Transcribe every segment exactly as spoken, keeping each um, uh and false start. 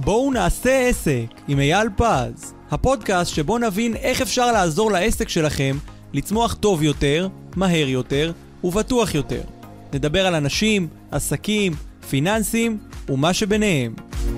בואו נעשה עסק עם אייל פז, הפודקאסט שבו נבין איך אפשר לעזור לעסק שלכם לצמוח טוב יותר, מהר יותר ובטוח יותר. נדבר על אנשים, עסקים, פיננסים ומה שביניהם.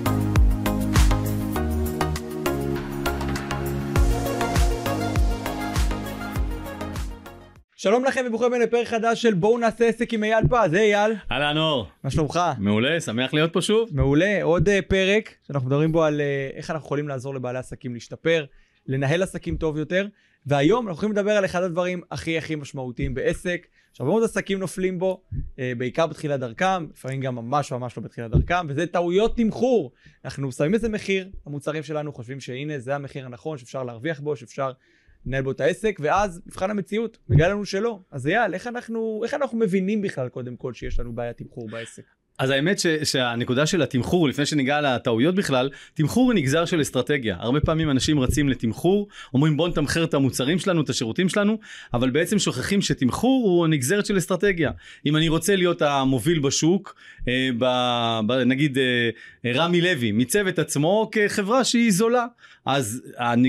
שלום לכם וברוכים הבאים לפרק חדש של בואו נעשה עסק עם אייל פז. היי אייל. אהלן אור. מה שלומך? מעולה, שמח להיות פה שוב. מעולה, עוד uh, פרק שאנחנו מדברים בו על uh, איך אנחנו יכולים לעזור לבעלי עסקים להשתפר, לנהל עסקים טוב יותר, והיום אנחנו יכולים לדבר על אחד הדברים הכי הכי משמעותיים בעסק, שהרבה מאוד עסקים נופלים בו, uh, בעיקר בתחילת דרכם, לפעמים גם ממש ממש לא בתחילת דרכם, וזה טעויות תמחור. אנחנו שמים איזה מחיר, המוצרים שלנו חושבים שהנה זה המחיר הנכון, שאפשר להרוויח בו, שאפשר לנהל בו את העסק, ואז מבחן המציאות מגיע לנו שלא. אז אייל, איך אנחנו, איך אנחנו מבינים בכלל קודם כל שיש לנו בעיה תמחור בעסק? אז האמת ש, שהנקודה של התמחור, לפני שניגע לטעויות בכלל, תמחור נגזר של אסטרטגיה. הרבה פעמים אנשים רצים לתמחור, אומרים בוא נתמחר את המוצרים שלנו, את השירותים שלנו, אבל בעצם שוכחים שתמחור הוא נגזרת של אסטרטגיה. אם אני רוצה להיות המוביל בשוק, אה, ב, ב, נגיד אה, רמי לוי, מיצב את עצמו כחברה שהיא זולה, אז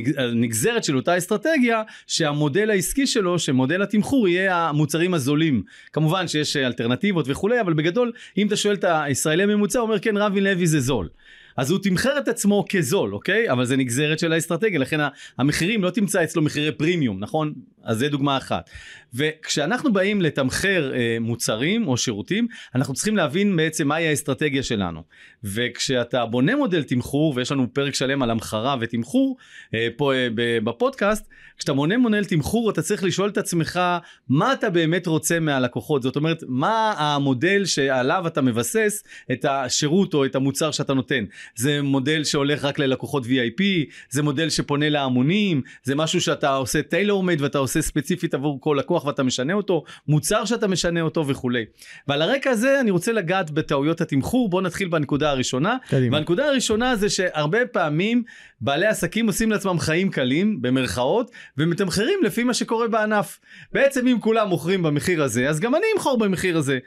הנגזרת של אותה אסטרטגיה, שהמודל העסקי שלו, שמודל התמחור יהיה המוצרים הזולים. כמובן שיש אלטרנטיבות וכולי, אבל בגדול, אם אתה שואל את הישראלי הממוצע, הוא אומר כן, רמי לוי זה זול. אז הוא תמחר את עצמו כזול, אוקיי? אבל זה נגזרת של האסטרטגיה, לכן המחירים לא תמצא אצלו מחירי פרימיום, נכון? אז זה דוגמה אחת. וכשאנחנו באים לתמחר אה, מוצרים או שירותים, אנחנו צריכים להבין בעצם מהי האסטרטגיה שלנו. וכשאתה בונה מודל תמחור, ויש לנו פרק שלם על המחרה ותמחור, אה, פה אה, בפודקאסט, כשאתה בונה מודל תמחור, אתה צריך לשאול את עצמך, מה אתה באמת רוצה מהלקוחות? זאת אומרת, מה המודל שעליו אתה מבסס את השירות או את המוצר שאתה נותן? זה מודל שהולך רק ללקוחות וי איי פי, זה מודל שפונה להמונים, זה משהו שאתה עושה טיילור מייד ואתה עושה ספציפית עבור כל לקוח ואתה משנה אותו, מוצר שאתה משנה אותו וכולי. ועל הרקע הזה אני רוצה לגעת בטעויות התמחור. בואו נתחיל בנקודה הראשונה. קדימה. והנקודה הראשונה זה שהרבה פעמים בעלי עסקים עושים לעצמם חיים קלים במרכאות ומתמחרים לפי מה שקורה בענף. בעצם אם כולם מוכרים במחיר הזה, אז גם אני אמכור במחיר הזה.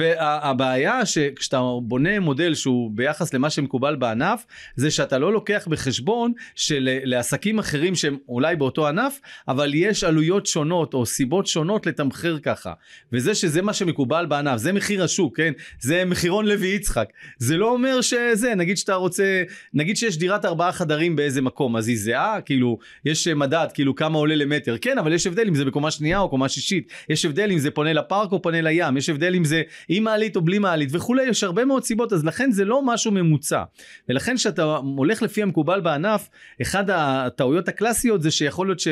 והבעיה שכשאתה בונה מודל שהוא ביחס למה שמקובל בענף, זה שאתה לא לוקח בחשבון שלעסקים אחרים שהם אולי באותו ענף, אבל יש עלויות שונות או סיבות שונות לתמחר ככה. וזה שזה מה שמקובל בענף, זה מחיר השוק, כן? זה מחירון לוי יצחק. זה לא אומר שזה, נגיד שאתה רוצה, נגיד שיש דירת ארבעה חדרים באיזה מקום, אז היא זהה, כאילו, יש מדד, כאילו כמה עולה למטר, כן, אבל יש הבדל אם זה בקומה שנייה או קומה שישית, יש הבדל אם זה פונה לפארק או פונה לים, יש הבדל אם זה עם מעלית או בלי מעלית וכולי, יש הרבה מאוד סיבות, אז לכן זה לא משהו ממוצע. ולכן שאתה הולך לפי המקובל בענף, אחד הטעויות הקלאסיות זה שיכול להיות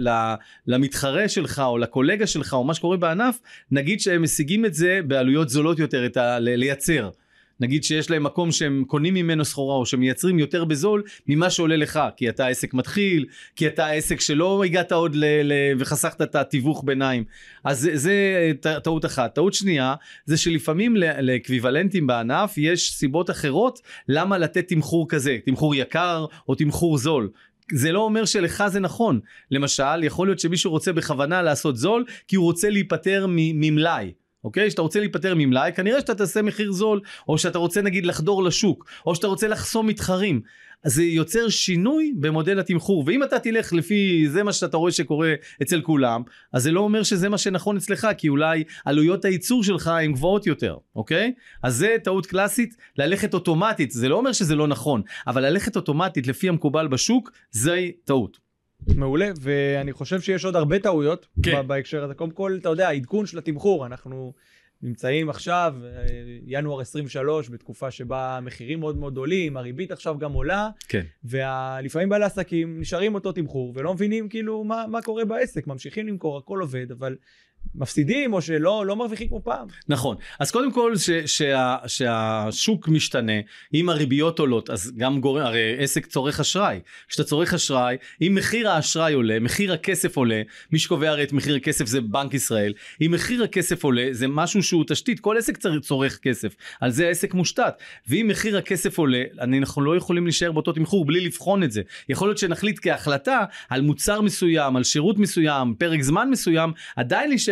שלמתחרה שלך או לקולגה שלך או מה שקורה בענף, נגיד שהם משיגים את זה בעלויות זולות יותר, את ה- לייצר. נגיד שיש להם מקום שהם קונים ממנו סחורה או שמייצרים יותר בזול ממה שעולה לך, כי אתה עסק מתחיל, כי אתה עסק שלא הגעת עוד ל- ל- וחסכת את התיווך ביניים. אז זה, זה טעות אחת. טעות שנייה זה שלפעמים לאקוויוולנטים בענף יש סיבות אחרות למה לתת תמחור כזה, תמחור יקר או תמחור זול. זה לא אומר שלך זה נכון. למשל, יכול להיות שמישהו רוצה בכוונה לעשות זול כי הוא רוצה להיפטר ממלאי. אוקיי? שאתה רוצה להיפטר ממלאי, כנראה שאתה תעשה מחיר זול, או שאתה רוצה נגיד לחדור לשוק, או שאתה רוצה לחסום מתחרים. אז זה יוצר שינוי במודל התמחור, ואם אתה תלך לפי זה מה שאתה רואה שקורה אצל כולם, אז זה לא אומר שזה מה שנכון אצלך, כי אולי עלויות הייצור שלך הן גבוהות יותר, אוקיי? אז זה טעות קלאסית, ללכת אוטומטית, זה לא אומר שזה לא נכון, אבל ללכת אוטומטית לפי המקובל בשוק, זה טעות. מעולה, ואני חושב שיש עוד הרבה טעויות כן. בהקשר הזה. קודם כל, אתה יודע, העדכון של התמחור, אנחנו נמצאים עכשיו, ינואר עשרים ושלוש, בתקופה שבה המחירים מאוד מאוד עולים, הריבית עכשיו גם עולה, כן. ולפעמים בעלי עסקים נשארים אותו תמחור, ולא מבינים כאילו מה, מה קורה בעסק, ממשיכים למכור, הכל עובד, אבל מפסידים או שלא לא מרוויחים כמו פעם. נכון. אז קודם כל ש, שה, שהשוק משתנה, אם הריביות עולות, אז גם גורם, הרי עסק צורך אשראי. כשאתה צורך אשראי, אם מחיר האשראי עולה, מחיר הכסף עולה, מי שקובע הרי את מחיר הכסף זה בנק ישראל, אם מחיר הכסף עולה, זה משהו שהוא תשתית, כל עסק צורך כסף, על זה העסק מושתת. ואם מחיר הכסף עולה, אנחנו לא יכולים להישאר באותו תמחור בלי לבחון את זה. יכול להיות שנחליט כהחלטה על מוצר מסוים, על שירות מסוים, פרק זמן מסוים, עדיין להישאר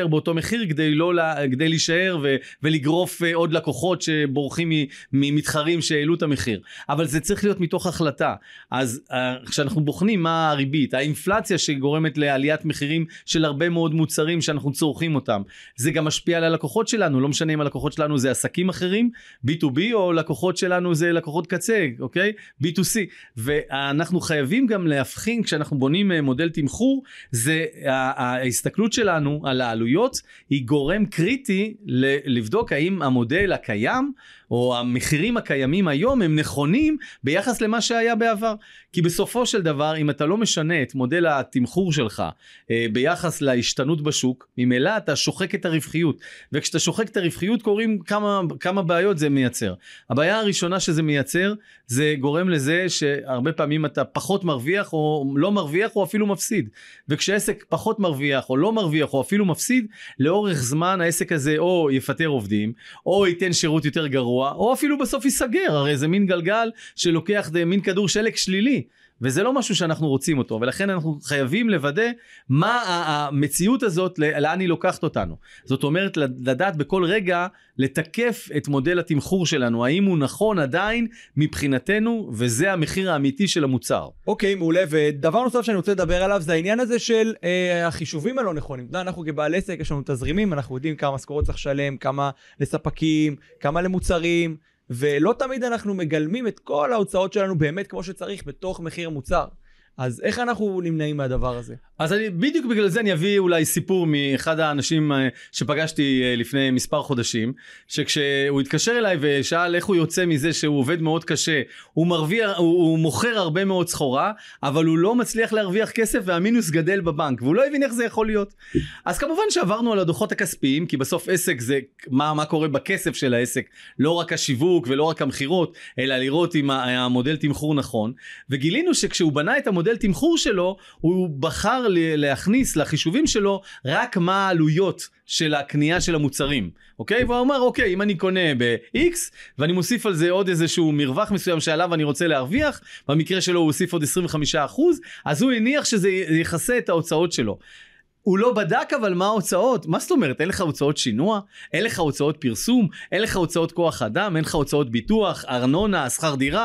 להישאר באותו מחיר כדי לא, כדי להישאר ו, ולגרוף עוד לקוחות שבורחים ממתחרים שהעלו את המחיר. אבל זה צריך להיות מתוך החלטה. אז כשאנחנו בוחנים מה הריבית, האינפלציה שגורמת לעליית מחירים של הרבה מאוד מוצרים שאנחנו צורכים אותם, זה גם משפיע על הלקוחות שלנו, לא משנה אם הלקוחות שלנו זה עסקים אחרים, בי טו בי, או לקוחות שלנו זה לקוחות קצה, אוקיי? בי טו סי. ואנחנו חייבים גם להבחין, כשאנחנו בונים מודל תמחור, זה ההסתכלות שלנו על העלויות, היא גורם קריטי לבדוק האם המודל הקיים, או המחירים הקיימים היום הם נכונים ביחס למה שהיה בעבר. כי בסופו של דבר, אם אתה לא משנה את מודל התמחור שלך אה, ביחס להשתנות בשוק, ממילא אתה שוחק את הרווחיות. וכשאתה שוחק את הרווחיות, קוראים כמה, כמה בעיות זה מייצר. הבעיה הראשונה שזה מייצר, זה גורם לזה שהרבה פעמים אתה פחות מרוויח, או לא מרוויח, או אפילו מפסיד. וכשעסק פחות מרוויח, או לא מרוויח, או אפילו מפסיד, לאורך זמן העסק הזה או יפטר עובדים, או ייתן שירות יותר גרוע, או אפילו בסוף ייסגר, הרי זה מין גלגל שלוקח מין כדור שלג שלילי, וזה לא משהו שאנחנו רוצים אותו, ולכן אנחנו חייבים לוודא מה המציאות הזאת, לאן היא לוקחת אותנו. זאת אומרת, לדעת בכל רגע לתקף את מודל התמחור שלנו, האם הוא נכון עדיין מבחינתנו, וזה המחיר האמיתי של המוצר. אוקיי, מעולה, ודבר נוסף שאני רוצה לדבר עליו, זה העניין הזה של אה, החישובים הלא נכונים. אנחנו כבעל עסק, יש לנו תזרימים, אנחנו יודעים כמה משכורות צריך לשלם, כמה לספקים, כמה למוצרים, ולא תמיד אנחנו מגלמים את כל ההוצאות שלנו באמת כמו שצריך בתוך מחיר המוצר. אז איך אנחנו נמנעים מהדבר הזה? אז אני, בדיוק בגלל זה אני אביא אולי סיפור מאחד האנשים שפגשתי לפני מספר חודשים, שכשהוא התקשר אליי ושאל איך הוא יוצא מזה שהוא עובד מאוד קשה, הוא מרוויח, הוא, הוא מוכר הרבה מאוד סחורה, אבל הוא לא מצליח להרוויח כסף והמינוס גדל בבנק, והוא לא הבין איך זה יכול להיות. אז כמובן שעברנו על הדוחות הכספיים, כי בסוף עסק זה מה, מה קורה בכסף של העסק, לא רק השיווק ולא רק המחירות, אלא לראות אם המודל תמחור נכון, וגילינו שכשהוא בנה את המודל תמחור שלו, הוא בחר להכניס לחישובים שלו רק מה העלויות של הקנייה של המוצרים, אוקיי? והוא אומר, אוקיי, אם אני קונה ב-X, ואני מוסיף על זה עוד איזשהו מרווח מסוים שעליו אני רוצה להרוויח, במקרה שלו הוא הוסיף עוד עשרים וחמישה אחוז, אז הוא הניח שזה יכסה את ההוצאות שלו. הוא לא בדק אבל מה ההוצאות, מה זאת אומרת? אין לך הוצאות שינוע, אין לך הוצאות פרסום, אין לך הוצאות כוח אדם, אין לך הוצאות ביטוח, ארנונה, שכר דירה,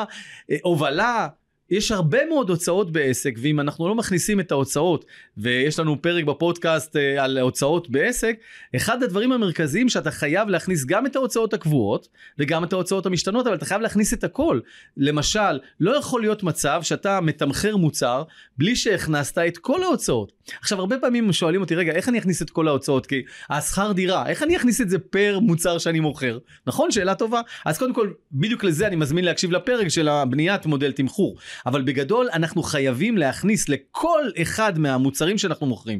הובלה, יש הרבה מאוד הוצאות בעסק, ואם אנחנו לא מכניסים את ההוצאות, ויש לנו פרק בפודקאסט על הוצאות בעסק, אחד הדברים המרכזיים שאתה חייב להכניס גם את ההוצאות הקבועות, וגם את ההוצאות המשתנות, אבל אתה חייב להכניס את הכל. למשל, לא יכול להיות מצב שאתה מתמחר מוצר, בלי שהכנסת את כל ההוצאות. עכשיו, הרבה פעמים שואלים אותי, רגע, איך אני אכניס את כל ההוצאות? כי השכר דירה, איך אני אכניס את זה פר מוצר שאני מוכר? נכון? שאלה טובה. אז קודם כל, בדיוק לזה אני מזמין להקשיב לפרק של הבניית מודל תמחור. אבל בגדול אנחנו חייבים להכניס לכל אחד מהמוצרים שאנחנו מוכרים,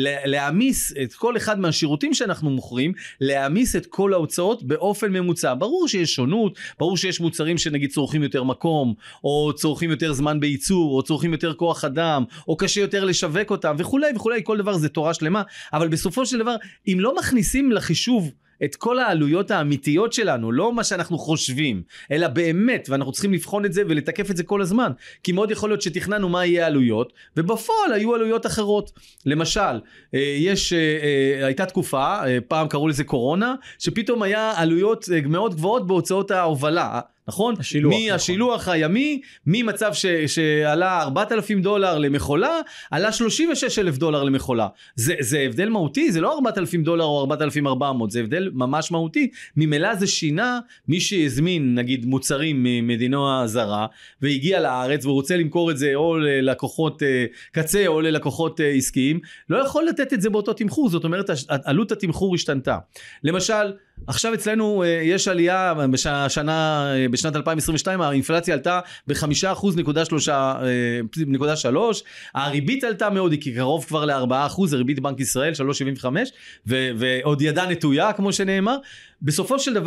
להעמיס את כל אחד מהשירותים שאנחנו מוכרים, להעמיס את כל ההוצאות באופן ממוצע. ברור שיש שונות, ברור שיש מוצרים שנגיד צורכים יותר מקום, או צורכים יותר זמן בייצור, או צורכים יותר כוח אדם, או קשה יותר לשווק אותם, וכולי וכולי, כל דבר זה תורה שלמה, אבל בסופו של דבר, אם לא מכניסים לחישוב את כל העלויות האמיתיות שלנו, לא מה שאנחנו חושבים, אלא באמת, ואנחנו צריכים לבחון את זה ולתקף את זה כל הזמן, כי מאוד יכול להיות שתכננו מה יהיה העלויות, ובפועל היו עלויות אחרות. למשל, יש, הייתה תקופה, פעם קראו לזה קורונה, שפתאום היה עלויות מאוד גבוהות בהוצאות ההובלה, נכון? השילוח, מהשילוח נכון. הימי, ממצב ש, שעלה ארבעת אלפים דולר למחולה, עלה שלושים ושש אלף דולר למחולה. זה, זה הבדל מהותי, זה לא ארבעת אלפים דולר או ארבעת אלפים וארבע מאות, זה הבדל ממש מהותי. ממילא זה שינה, מי שהזמין נגיד מוצרים ממדינה זרה, והגיע לארץ ורוצה למכור את זה או ללקוחות קצה או ללקוחות עסקיים, לא יכול לתת את זה באותו תמחור, זאת אומרת עלות התמחור השתנתה. למשל, עכשיו אצלנו יש עלייה בשנה, בשנת אלפיים עשרים ושתיים, האינפלציה עלתה ב-חמישה אחוז נקודה שלוש, הריבית עלתה מאוד, היא קרוב כבר ל-ארבעה אחוז, הריבית בנק ישראל שלוש נקודה שבעים וחמש, ו- ועוד ידה נטויה כמו שנאמר. בסופו של דבר,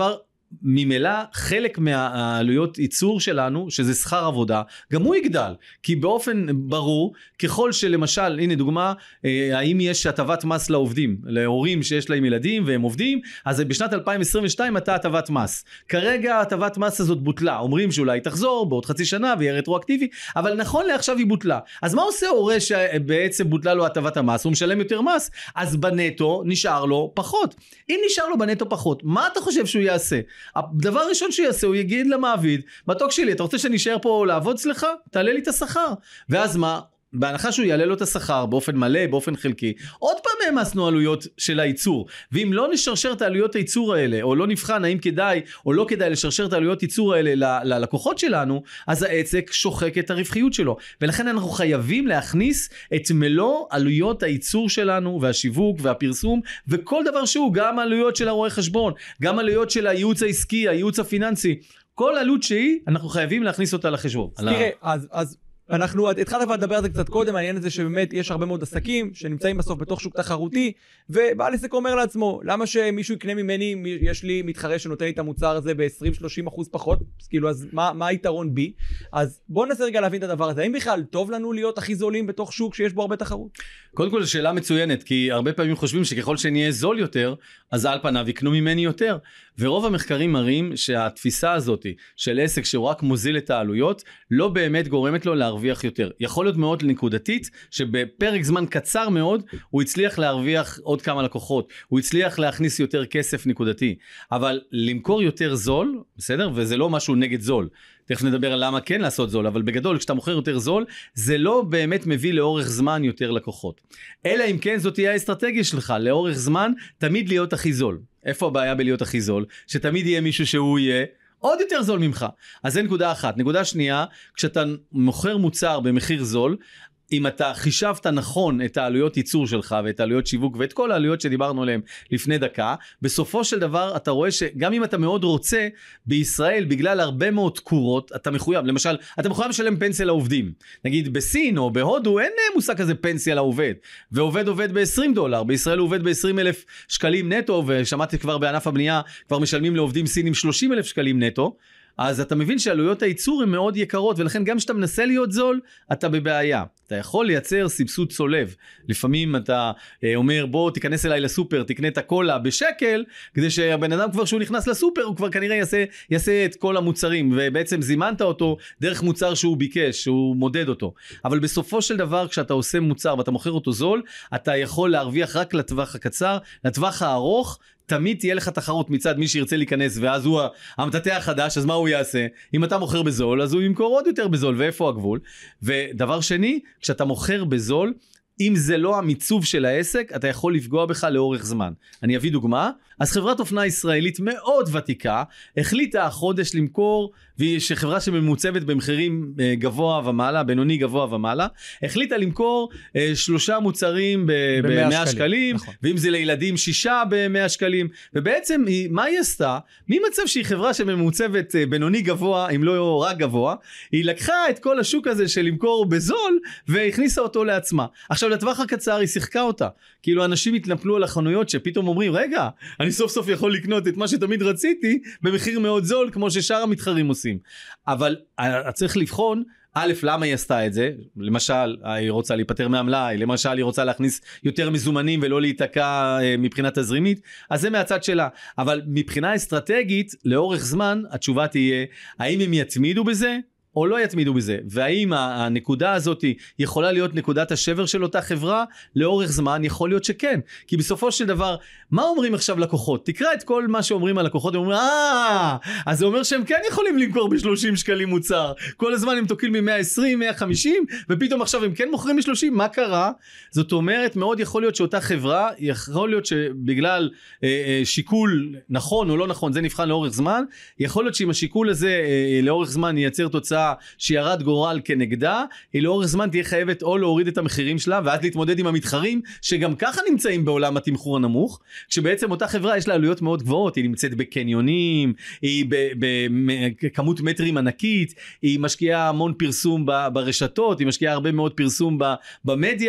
ממילא חלק מהעלויות ייצור שלנו, שזה שכר עבודה, גם הוא יגדל, כי באופן ברור, ככל שלמשל, הנה דוגמה, האם יש הטבת מס לעובדים, להורים שיש להם ילדים והם עובדים, אז בשנת אלפיים עשרים ושתיים הייתה הטבת מס. כרגע הטבת מס הזאת בוטלה, אומרים שאולי תחזור בעוד חצי שנה ויהיה רטרואקטיבי, אבל נכון לעכשיו היא בוטלה. אז מה עושה הורה שבעצם בוטלה לו הטבת המס? הוא משלם יותר מס, אז בנטו נשאר לו פחות. אם נשאר לו בנטו פחות, מה אתה חושב שהוא יעשה? הדבר הראשון שהוא יעשה, הוא יגיד למעביד, מתוק שלי, אתה רוצה שנשאר פה לעבוד אצלך? תעלה לי את השכר. ואז מה? בהנחה שהוא יעלה לו את השכר באופן מלא, באופן חלקי, עוד פעם העמסנו עלויות של הייצור, ואם לא נשרשר את העלויות הייצור האלה, או לא נבחן האם כדאי או לא כדאי לשרשר את העלויות הייצור האלה ללקוחות שלנו, אז העסק שוחק את הרווחיות שלו, ולכן אנחנו חייבים להכניס את מלוא עלויות הייצור שלנו, והשיווק והפרסום, וכל דבר שהוא, גם עלויות של הרואה חשבון, גם עלויות של הייעוץ העסקי, הייעוץ הפיננסי, כל עלות שהיא, אנחנו חייבים להכניס אותה לחשבון. תראה, אז, אז אנחנו התחלנו לדבר על זה קצת קודם, העניין הזה שבאמת יש הרבה מאוד עסקים שנמצאים בסוף בתוך שוק תחרותי, ובעל עסק אומר לעצמו, למה שמישהו יקנה ממני, יש לי מתחרה שנותן לי את המוצר הזה ב-עשרים שלושים אחוז פחות, כאילו אז מה, מה היתרון בי? אז בואו ננסה רגע להבין את הדבר הזה, האם בכלל טוב לנו להיות הכי זולים בתוך שוק שיש בו הרבה תחרות? קודם כל, זו שאלה מצוינת, כי הרבה פעמים חושבים שככל שנהיה זול יותר, אז על פניו יקנו ממני יותר, ורוב המחקרים מראים שהתפיסה הזאת של עסק שהוא רק מוזיל את העלויות, לא באמת גורמת לו להרוויח יותר. יכול להיות מאוד נקודתית, שבפרק זמן קצר מאוד, הוא הצליח להרוויח עוד כמה לקוחות, הוא הצליח להכניס יותר כסף נקודתי, אבל למכור יותר זול, בסדר? וזה לא משהו נגד זול. תכף נדבר על למה כן לעשות זול, אבל בגדול, כשאתה מוכר יותר זול, זה לא באמת מביא לאורך זמן יותר לקוחות. אלא אם כן, זאת תהיה האסטרטגיה שלך, לאורך זמן, תמיד להיות הכי זול. איפה הבעיה בלהיות הכי זול? שתמיד יהיה מישהו שהוא יהיה עוד יותר זול ממך. אז זה נקודה אחת. נקודה שנייה, כשאתה מוכר מוצר במחיר זול, אם אתה חישבת נכון את העלויות ייצור שלך ואת העלויות שיווק ואת כל העלויות שדיברנו עליהן לפני דקה, בסופו של דבר אתה רואה שגם אם אתה מאוד רוצה, בישראל בגלל הרבה מאוד תקורות, אתה מחויב, למשל, אתה מחויב לשלם פנסיה לעובדים. נגיד בסין או בהודו אין מושג כזה פנסיה לעובד, ועובד עובד ב-עשרים דולר, בישראל הוא עובד ב-עשרים אלף שקלים נטו, ושמעתי כבר בענף הבנייה, כבר משלמים לעובדים סינים שלושים אלף שקלים נטו, אז אתה מבין שעלויות הייצור הן מאוד יקרות, ולכן גם כשאתה מנסה להיות זול, אתה בבעיה. אתה יכול לייצר סבסוד צולב. לפעמים אתה אה, אומר, בוא תיכנס אליי לסופר, תקנה את הקולה בשקל, כדי שהבן אדם כבר שהוא נכנס לסופר, הוא כבר כנראה יעשה, יעשה את כל המוצרים, ובעצם זימנת אותו דרך מוצר שהוא ביקש, שהוא מודד אותו. אבל בסופו של דבר, כשאתה עושה מוצר ואתה מוכר אותו זול, אתה יכול להרוויח רק לטווח הקצר, לטווח הארוך, תמיד תהיה לך תחרות מצד מי שירצה להיכנס, ואז הוא המטאטא החדש, אז מה הוא יעשה? אם אתה מוכר בזול, אז הוא ימכור עוד יותר בזול, ואיפה הגבול? ודבר שני, כשאתה מוכר בזול, אם זה לא המיצוב של העסק, אתה יכול לפגוע בך לאורך זמן. אני אביא דוגמה. אז חברת אופנה ישראלית מאוד ותיקה, החליטה החודש למכור, שחברה שממוצבת במחירים גבוה ומעלה, בינוני גבוה ומעלה, החליטה למכור שלושה מוצרים ב-מאה שקלים, נכון. ואם זה לילדים שישה ב-מאה שקלים, ובעצם היא, מה היא עשתה? ממצב שהיא חברה שממוצבת בינוני גבוה, אם לא רק גבוה, היא לקחה את כל השוק הזה של למכור בזול, והכניסה אותו לעצמה. עכשיו לטווח הקצר היא שיחקה אותה, כאילו אנשים התנפלו על החנויות שפתאום אומרים, רגע, אני סוף סוף יכול לקנות את מה שתמיד רציתי, במחיר מאוד זול, כמו ששאר המתחרים עושים. אבל צריך לבחון, א', למה היא עשתה את זה? למשל, היא רוצה להיפטר מהמלאי, למשל, היא רוצה להכניס יותר מזומנים ולא להתעקע מבחינה תזרימית, אז זה מהצד שלה. אבל מבחינה אסטרטגית, לאורך זמן, התשובה תהיה, האם הם יתמידו בזה? או לא יתמידו בזה, והאם הנקודה הזאת יכולה להיות נקודת השבר של אותה חברה, לאורך זמן יכול להיות שכן, כי בסופו של דבר, מה אומרים עכשיו לקוחות? תקרא את כל מה שאומרים הלקוחות, הם אומרים, אה, אז זה אומר שהם כן יכולים למכור ב-שלושים שקלים מוצר, כל הזמן הם תוקעים מ-מאה ועשרים, מאה וחמישים, ופתאום עכשיו הם כן מוכרים ב-שלושים, מה קרה? זאת אומרת, מאוד יכול להיות שאותה חברה, יכול להיות שבגלל אה, אה, שיקול נכון או לא נכון, זה נבחן לאורך זמן, יכול להיות שאם השיקול הזה אה, לאורך זמן ייצר תוצאה שירד גורל כנגדה, היא לאורך זמן תהיה חייבת או להוריד את המחירים שלה, ואז להתמודד עם המתחרים, שגם ככה נמצאים בעולם התמחור הנמוך, כשבעצם אותה חברה יש לה עלויות מאוד גבוהות, היא נמצאת בקניונים, היא בכמות מטרים ענקית, היא משקיעה המון פרסום ברשתות, היא משקיעה הרבה מאוד פרסום במדיה,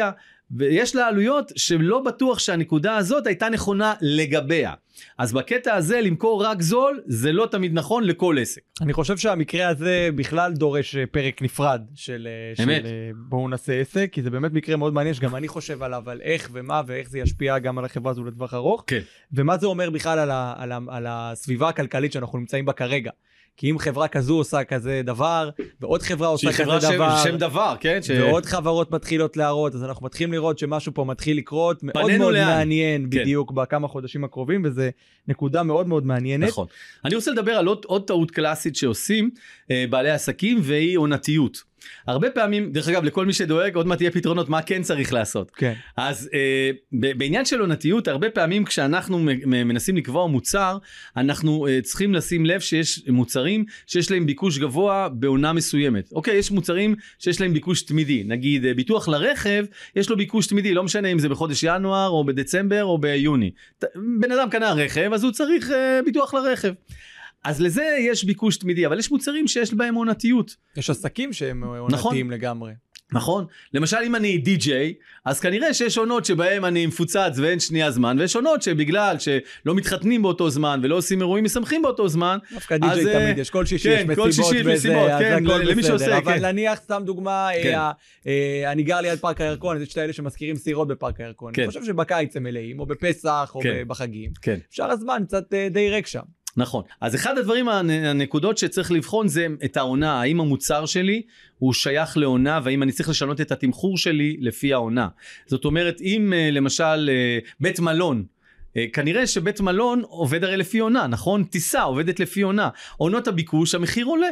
ויש לה עלויות שלא בטוח שהנקודה הזאת הייתה נכונה לגביה. אז בקטע הזה למכור רק זול, זה לא תמיד נכון לכל עסק. אני חושב שהמקרה הזה בכלל דורש פרק נפרד של, של בואו נעשה עסק, כי זה באמת מקרה מאוד מעניין, שגם אני חושב עליו, על איך ומה ואיך זה ישפיע גם על החברה הזו לטווח ארוך, כן. ומה זה אומר בכלל על, ה, על, ה, על הסביבה הכלכלית שאנחנו נמצאים בה כרגע. כי אם חברה כזו עושה כזה דבר, ועוד חברה עושה כזה דבר, שהיא חברה שם דבר, כן? ש... ועוד חברות מתחילות להראות, אז אנחנו מתחילים לראות שמשהו פה מתחיל לקרות, מאוד פנינו מאוד לאן. מעניין כן. בדיוק בכמה חודשים הקרובים, וזה נקודה מאוד מאוד מעניינת. נכון. אני רוצה לדבר על עוד, עוד טעות קלאסית שעושים אה, בעלי עסקים, והיא עונתיות. הרבה פעמים, דרך אגב, לכל מי שדואג, עוד מעט יהיה פתרונות, מה כן צריך לעשות. כן. אז אה, בעניין של עונתיות, הרבה פעמים כשאנחנו מנסים לקבוע מוצר, אנחנו אה, צריכים לשים לב שיש מוצרים שיש להם ביקוש גבוה בעונה מסוימת. אוקיי, יש מוצרים שיש להם ביקוש תמידי. נגיד, אה, ביטוח לרכב, יש לו ביקוש תמידי, לא משנה אם זה בחודש ינואר, או בדצמבר, או ביוני. בן אדם קנה רכב, אז הוא צריך אה, ביטוח לרכב. אז לזה יש ביקוש תמידי, אבל יש מוצרים שיש בהם עונתיות. יש עסקים שהם עונתיים נכון. לגמרי. נכון? למשל אם אני די-ג'יי, אז כנראה שיש עונות שבהם אני מפוצץ ואין שנייה זמן, ויש עונות שבגלל שלא מתחתנים באותו זמן ולא עושים אירועים משמחים באותו זמן. דווקא די-ג'יי תמיד, יש כל שישי כן, יש כל מסיבות שישי וזה, מסיבות, אז כן, הכל למי בסדר. שעושה, אבל כן. נניח סתם דוגמה, כן. אה, אה, אני גר ליד פארק הירקון, יש את האלה שמזכירים סירות בפארק הירקון. כן. אני חושב שבקיץ הם מלאים, או בפסח, או כן. בחגים. כן. אפשר הזמן קצת אה, די ריק שם. נכון. אז אחד הדברים, הנקודות שצריך לבחון זה את העונה, האם המוצר שלי הוא שייך לעונה, והאם אני צריך לשנות את התמחור שלי לפי העונה. זאת אומרת, אם למשל בית מלון, כנראה שבית מלון עובד הרי לפי עונה, נכון? טיסה עובדת לפי עונה. עונות הביקוש, המחיר עולה.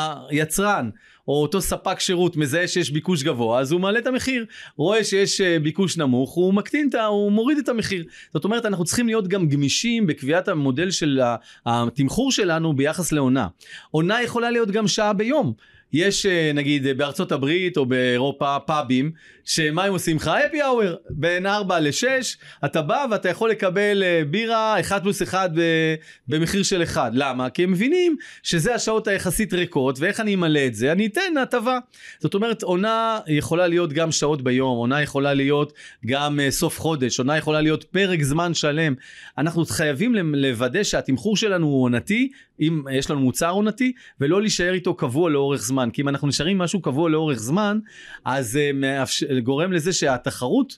היצרן או אותו ספק שירות מזהה שיש ביקוש גבוה, אז הוא מעלה את המחיר. רואה שיש ביקוש נמוך, הוא מקטין, הוא מוריד את המחיר. זאת אומרת, אנחנו צריכים להיות גם גמישים בקביעת המודל של התמחור שלנו ביחס לעונה. עונה יכולה להיות גם שעה ביום. יש נגיד בארצות הברית או באירופה פאבים, שמה הם עושים לך? happy hour, בין ארבע לשש, אתה בא ואתה יכול לקבל בירה אחד פלוס אחד במחיר של אחד. למה? כי הם מבינים שזה השעות היחסית ריקות, ואיך אני אמלא את זה? אני אתן הטבה. זאת אומרת, עונה יכולה להיות גם שעות ביום, עונה יכולה להיות גם סוף חודש, עונה יכולה להיות פרק זמן שלם. אנחנו חייבים לוודא שהתמחור שלנו הוא עונתי, אם יש לנו מוצר עונתי, ולא להישאר איתו קבוע לאורך זמן. כי אם אנחנו נשארים משהו קבוע לאורך זמן, אז uh, גורם לזה שהתחרות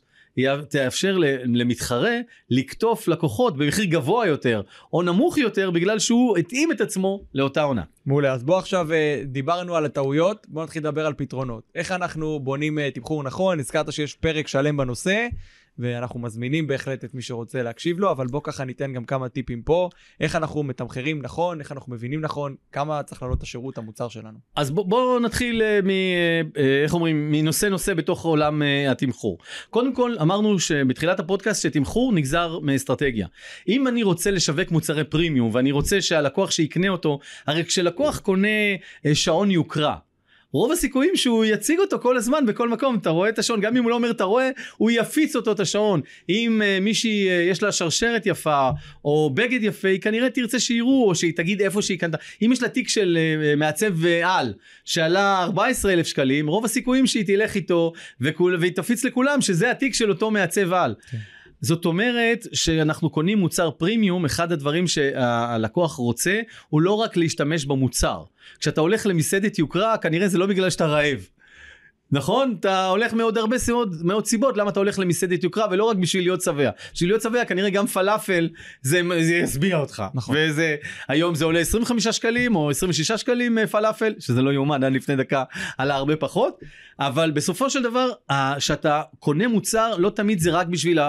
תאפשר למתחרה לקטוף לקוחות במחיר גבוה יותר, או נמוך יותר, בגלל שהוא התאים את עצמו לאותה עונה. מעולה, אז בוא עכשיו דיברנו על הטעויות, בוא נתחיל לדבר על פתרונות. איך אנחנו בונים תמחור נכון, הזכרת שיש פרק שלם בנושא, ואנחנו מזמינים בהחלט את מי שרוצה להקשיב לו, אבל בוא ככה ניתן גם כמה טיפים פה, איך אנחנו מתמחרים נכון, איך אנחנו מבינים נכון, כמה צריך לעלות את השירות המוצר שלנו. אז בוא, בוא נתחיל מ, איך אומרים, מנושא נושא בתוך עולם התמחור. קודם כל, אמרנו שבתחילת הפודקאסט שתמחור נגזר מאסטרטגיה. אם אני רוצה לשווק מוצרי פרימיום, ואני רוצה שהלקוח שיקנה אותו, הרי כשלקוח קונה שעון יוקרה, רוב הסיכויים שהוא יציג אותו כל הזמן בכל מקום. אתה רואה את השעון, גם אם הוא לא אומר אתה רואה, הוא יפיץ אותו את השעון. אם uh, מישהי uh, יש לה שרשרת יפה או בגד יפה, היא כנראה תרצה שיראו, או שהיא תגיד איפה שהיא קנתה. אם יש לה תיק של uh, מעצב uh, על שעלה ארבעה עשר אלף שקלים, רוב הסיכויים שהיא תלך איתו וכול, והיא תפיץ לכולם שזה התיק של אותו מעצב על. כן. זאת אומרת שאנחנו קונים מוצר פרימיום, אחד הדברים שהלקוח רוצה הוא לא רק להשתמש במוצר. כשאתה הולך למסעדת יוקרה, כנראה זה לא בגלל שאתה רעב. נכון? אתה הולך מעוד הרבה סיבות, מאוד סיבות למה אתה הולך למסעדת יוקרה, ולא רק בשביל להיות שבע. בשביל להיות שבע, כנראה גם פלאפל, זה, זה יסביע אותך. נכון. וזה, היום זה עולה עשרים וחמישה שקלים, או עשרים ושישה שקלים פלאפל, שזה לא יומן, עד לפני דקה עלה הרבה פחות, אבל בסופו של דבר, שאתה קונה מוצר, לא תמיד זה רק בשביל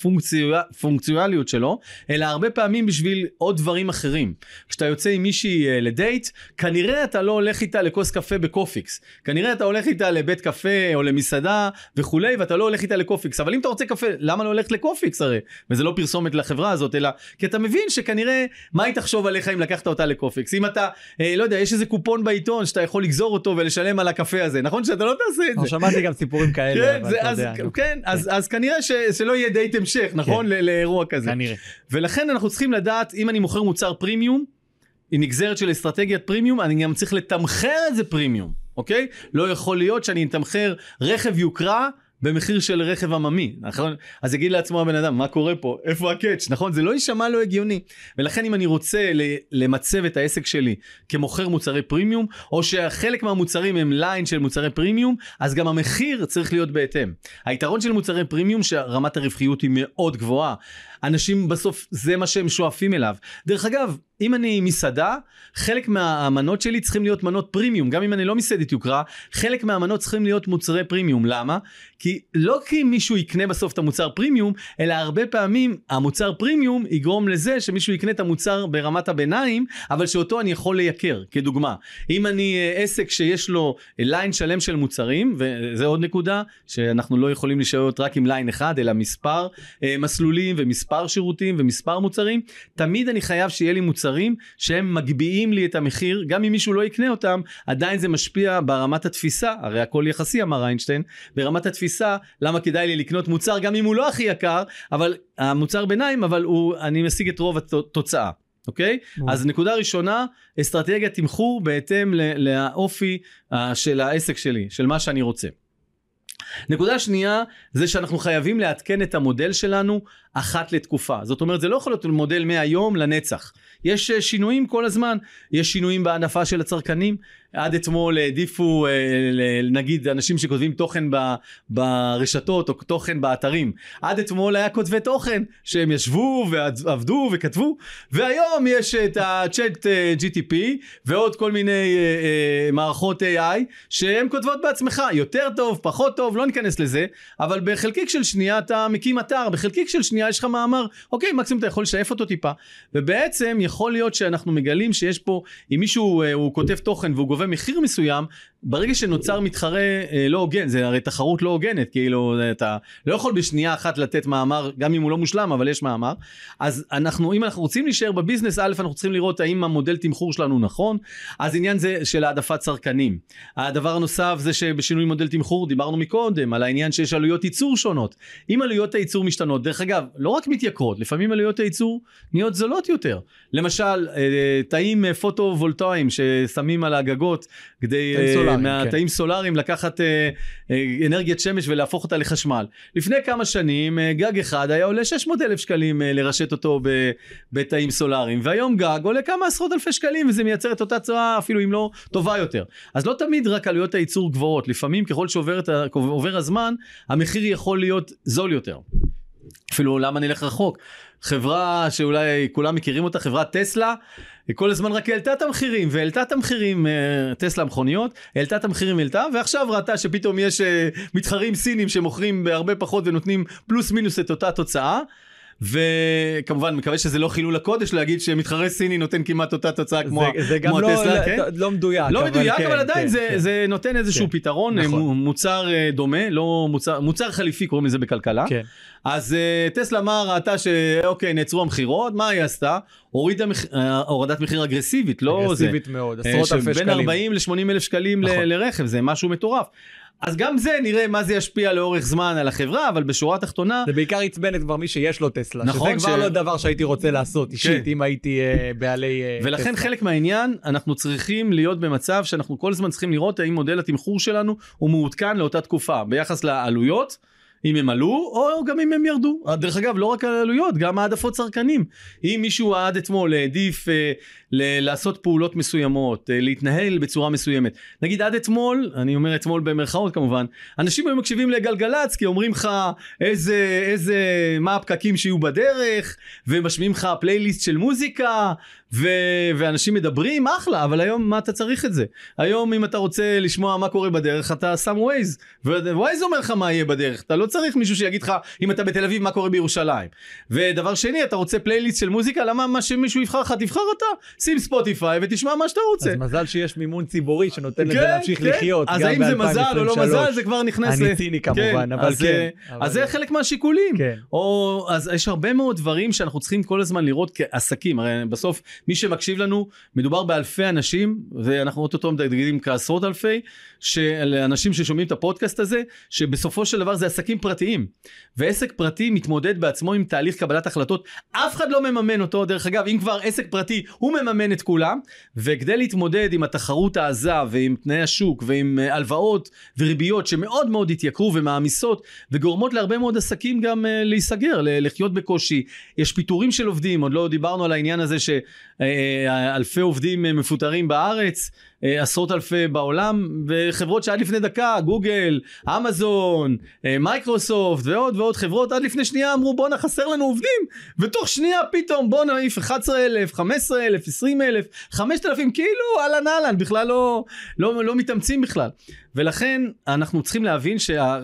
הפונקציונליות שלו, אלא הרבה פעמים בשביל עוד דברים אחרים. כשאתה יוצא עם מישהי לדייט, כנראה אתה לא הולך איתה לכוס קפה בקופיקס. כנראה אתה הולך איתה לבית קפה או למסעדה וכולי, ואתה לא הולך איתה לקופיקס. אבל אם אתה רוצה קפה, למה לא הולכת לקופיקס הרי? וזה לא פרסומת לחברה הזאת, אלא כי אתה מבין שכנראה מה היא תחשוב עליך אם לקחת אותה לקופיקס. אם אתה, אה, לא יודע, יש איזה קופון בעיתון שאתה יכול לגזור אותו ולשלם על הקפה הזה. נכון שאתה לא תעשה את זה. שמעתי גם סיפורים כאלה. כן, אז, כן, אז, אז כנראה שלא יהיה דייט המשך, נכון? לאירוע כזה. כנראה. ולכן אנחנו צריכים לדעת, אם אני מוכר מוצר פרימיום, היא נגזרת של אסטרטגיית פרימיום, אני גם צריך לתמחר את זה פרימיום, אוקיי? לא יכול להיות שאני אתמחר רכב יוקרה במחיר של רכב עממי, נכון? אז יגיד לעצמו הבן אדם, מה קורה פה? איפה הקאץ', נכון? זה לא יישמע לא הגיוני. ולכן אם אני רוצה למצב את העסק שלי כמוכר מוצרי פרימיום, או שחלק מהמוצרים הם ליין של מוצרי פרימיום, אז גם המחיר צריך להיות בהתאם. היתרון של מוצרי פרימיום שרמת הרווחיות היא מאוד גבוהה. אנשים בסוף זה מה שהם שואפים אליו. דרך אגב, אם אני מסעדה, חלק מהמנות שלי צריכים להיות מנות פרימיום, גם אם אני לא מסעדת יוקרה, חלק מהמנות צריכים להיות מוצרי פרימיום. למה? כי לא כי מישהו יקנה בסוף את המוצר פרימיום, אלא הרבה פעמים המוצר פרימיום יגרום לזה שמישהו יקנה את המוצר ברמת הביניים, אבל שאותו אני יכול לייקר. כדוגמה, אם אני עסק שיש לו ליין שלם של מוצרים, וזה עוד נקודה, שאנחנו לא יכולים להישאר רק עם ליין אחד, אלא מספר מסלולים ומספר שירותים ומספר מוצרים, תמיד אני חייב שיהיה לי מוצרים שהם מגביעים לי את המחיר, גם אם מישהו לא יקנה אותם, עדיין זה משפיע ברמת התפיסה, הרי הכל יחסי אמר איינשטיין, ברמת התפיסה, למה כדאי לי לקנות מוצר, גם אם הוא לא הכי יקר, אבל המוצר ביניים, אבל הוא, אני משיג את רוב התוצאה. אוקיי? אז נקודה ראשונה, אסטרטגיה תמחור בהתאם לאופי של העסק שלי, של מה שאני רוצה. נקודה שנייה, זה שאנחנו חייבים לעדכן את המודל שלנו אחת לתקופה. זאת אומרת, זה לא יכול להיות מודל מהיום לנצח. יש שינויים כל הזמן, יש שינויים בענפה של הצרכנים, עד אתמול העדיפו, נגיד, אנשים שכותבים תוכן ברשתות או תוכן באתרים. עד אתמול היה כותבי תוכן שהם ישבו ועבדו וכתבו, והיום יש את ה-Chat ג'י טי פי ועוד כל מיני מערכות איי איי שהם כותבות בעצמך, יותר טוב, פחות טוב, לא ניכנס לזה, אבל בחלקיק של שנייה אתה מקים אתר, בחלקיק של שנייה יש לך מאמר, אוקיי, מקסימום אתה יכול לשאף אותו טיפה, ובעצם יכול להיות שאנחנו מגלים שיש פה, אם מישהו הוא כותב תוכן והוא גובה מחיר מסוים, ברגע שנוצר מתחרה לא הוגן, זה הרי תחרות לא הוגנת, כאילו אתה לא יכול בשנייה אחת לתת מאמר, גם אם הוא לא מושלם, אבל יש מאמר, אז אנחנו, אם אנחנו רוצים להישאר בביזנס, א' אנחנו צריכים לראות האם המודל תמחור שלנו נכון, אז עניין זה של העדפת צרכנים. הדבר הנוסף זה שבשינוי מודל תמחור, דיברנו מקודם, על העניין שיש עלויות ייצור שונות. אם עלויות הייצור משתנות, דרך אגב, לא רק מתייקרות, לפעמים עלויות הייצור נהיות זולות יותר. למשל, תאים פוטו-וולטאיים ששמים על הגגות, כדי מהתאים סולאריים לקחת אנרגיית שמש ולהפוך אותה לחשמל. לפני כמה שנים גג אחד היה עולה שש מאות אלף שקלים לרשת אותו בתאים סולאריים, והיום גג עולה כמה עשרות אלפי שקלים, וזה מייצר את אותה צורה אפילו אם לא טובה יותר. אז לא תמיד רק עלויות הייצור גבוהות, לפעמים ככל שעובר הזמן המחיר יכול להיות זול יותר. אפילו למה נלך רחוק, חברה שאולי כולם מכירים אותה, חברת טסלה, כל הזמן רק העלתה את המחירים, והעלתה את המחירים, טסלה מכוניות, העלתה את המחירים, העלתה, ועכשיו ראתה שפתאום יש מתחרים סינים שמוכרים בהרבה פחות ונותנים פלוס מינוס את אותה תוצאה, וכמובן מקווה שזה לא חילול הקודש להגיד שמתחרה סיני נותן כמעט אותה תוצאה כמו זה, זה גם לא, טסלה, לא, כן? לא מדויק. לא מדויק, כן, אבל עדיין כן, זה, כן. זה נותן איזשהו כן. פתרון, נכון. מוצר דומה, לא מוצר, מוצר חליפי קוראים לזה בכלכלה. כן. אז טסלה מה ראתה שאוקיי נעצרו המחירות, מה היא עשתה? הורידה מח... הורדת מחיר אגרסיבית, לא אגרסיבית זה. מאוד, עשרות אלפי שקלים. בין ארבעים ל-שמונים אלף שקלים נכון. ל- לרכב, זה משהו מטורף. אז גם זה נראה מה זה ישפיע לאורך זמן על החברה, אבל בשורה התחתונה... זה בעיקר יצבן את כבר מי שיש לו טסלה, נכון, שזה כבר ש... לא דבר שהייתי רוצה לעשות אישית, כן. אם הייתי uh, בעלי uh, ולכן טסלה. חלק מהעניין, אנחנו צריכים להיות במצב שאנחנו כל הזמן צריכים לראות האם מודל התמחור שלנו הוא מעודכן לאותה תקופה, ביחס לעלויות, אם הם עלו, או גם אם הם ירדו. דרך אגב, לא רק העלויות, גם העדפות צרכנים. אם מישהו עד אתמול העדיף אה, ל- לעשות פעולות מסוימות, אה, להתנהל בצורה מסוימת. נגיד עד אתמול, אני אומר אתמול במרכאות כמובן, אנשים היו מקשיבים לגלגלץ, כי אומרים לך איזה, איזה, מה הפקקים שיהיו בדרך, ומשמיעים לך פלייליסט של מוזיקה, ו- ואנשים מדברים, אחלה, אבל היום מה אתה צריך את זה? היום אם אתה רוצה לשמוע מה קורה בדרך, אתה שם ווייז, ווייז אומר לך מה יהיה בדרך, אתה לא צריך מישהו שיגיד לך, אם אתה בתל אביב, מה קורה בירושלים. ודבר שני, אתה רוצה פלייליסט של מוזיקה, למה מה שמישהו יבחר לך, תבחר אתה, שים ספוטיפיי ותשמע מה שאתה רוצה. אז מזל שיש מימון ציבורי שנותן כן, לזה להמשיך כן. לחיות. אז האם זה מזל או לא מזל, זה כבר נכנס... אני ציני כמובן, כן, אבל אז, כן. אז אבל... זה חלק מהשיקולים. כן. או, אז יש הרבה מאוד דברים שאנחנו צריכים כל הזמן לראות כעסקים, הרי בסוף מי שמקשיב לנו, מדובר באלפי אנשים, ואנחנו אוטוטו מדגדגים כעשרות אלפי, של אנשים ששומעים את הפודקאסט הזה, שבסופו של דבר זה עסקים פרטיים, ועסק פרטי מתמודד בעצמו עם תהליך קבלת החלטות, אף אחד לא מממן אותו, דרך אגב, אם כבר עסק פרטי, הוא מממן את כולם, וכדי להתמודד עם התחרות העזה, ועם תנאי השוק, ועם הלוואות וריביות, שמאוד מאוד התייקרו ומעמיסות, וגורמות להרבה מאוד עסקים גם להיסגר, לחיות בקושי, יש פיתורים של עובדים, עוד לא דיברנו על העניין הזה שאלפי עובדים מפוטרים בארץ, עשרות אלפי בעולם, וחברות שעד לפני דקה, גוגל, אמזון, מייקרוסופט ועוד ועוד חברות, עד לפני שנייה אמרו בוא נחסר לנו עובדים, ותוך שנייה פתאום בוא נעיף אחת עשרה אלף, חמש עשרה אלף, עשרים אלף, חמשת אלפים, כאילו אהלן אהלן, בכלל לא, לא, לא מתאמצים בכלל. ולכן אנחנו צריכים להבין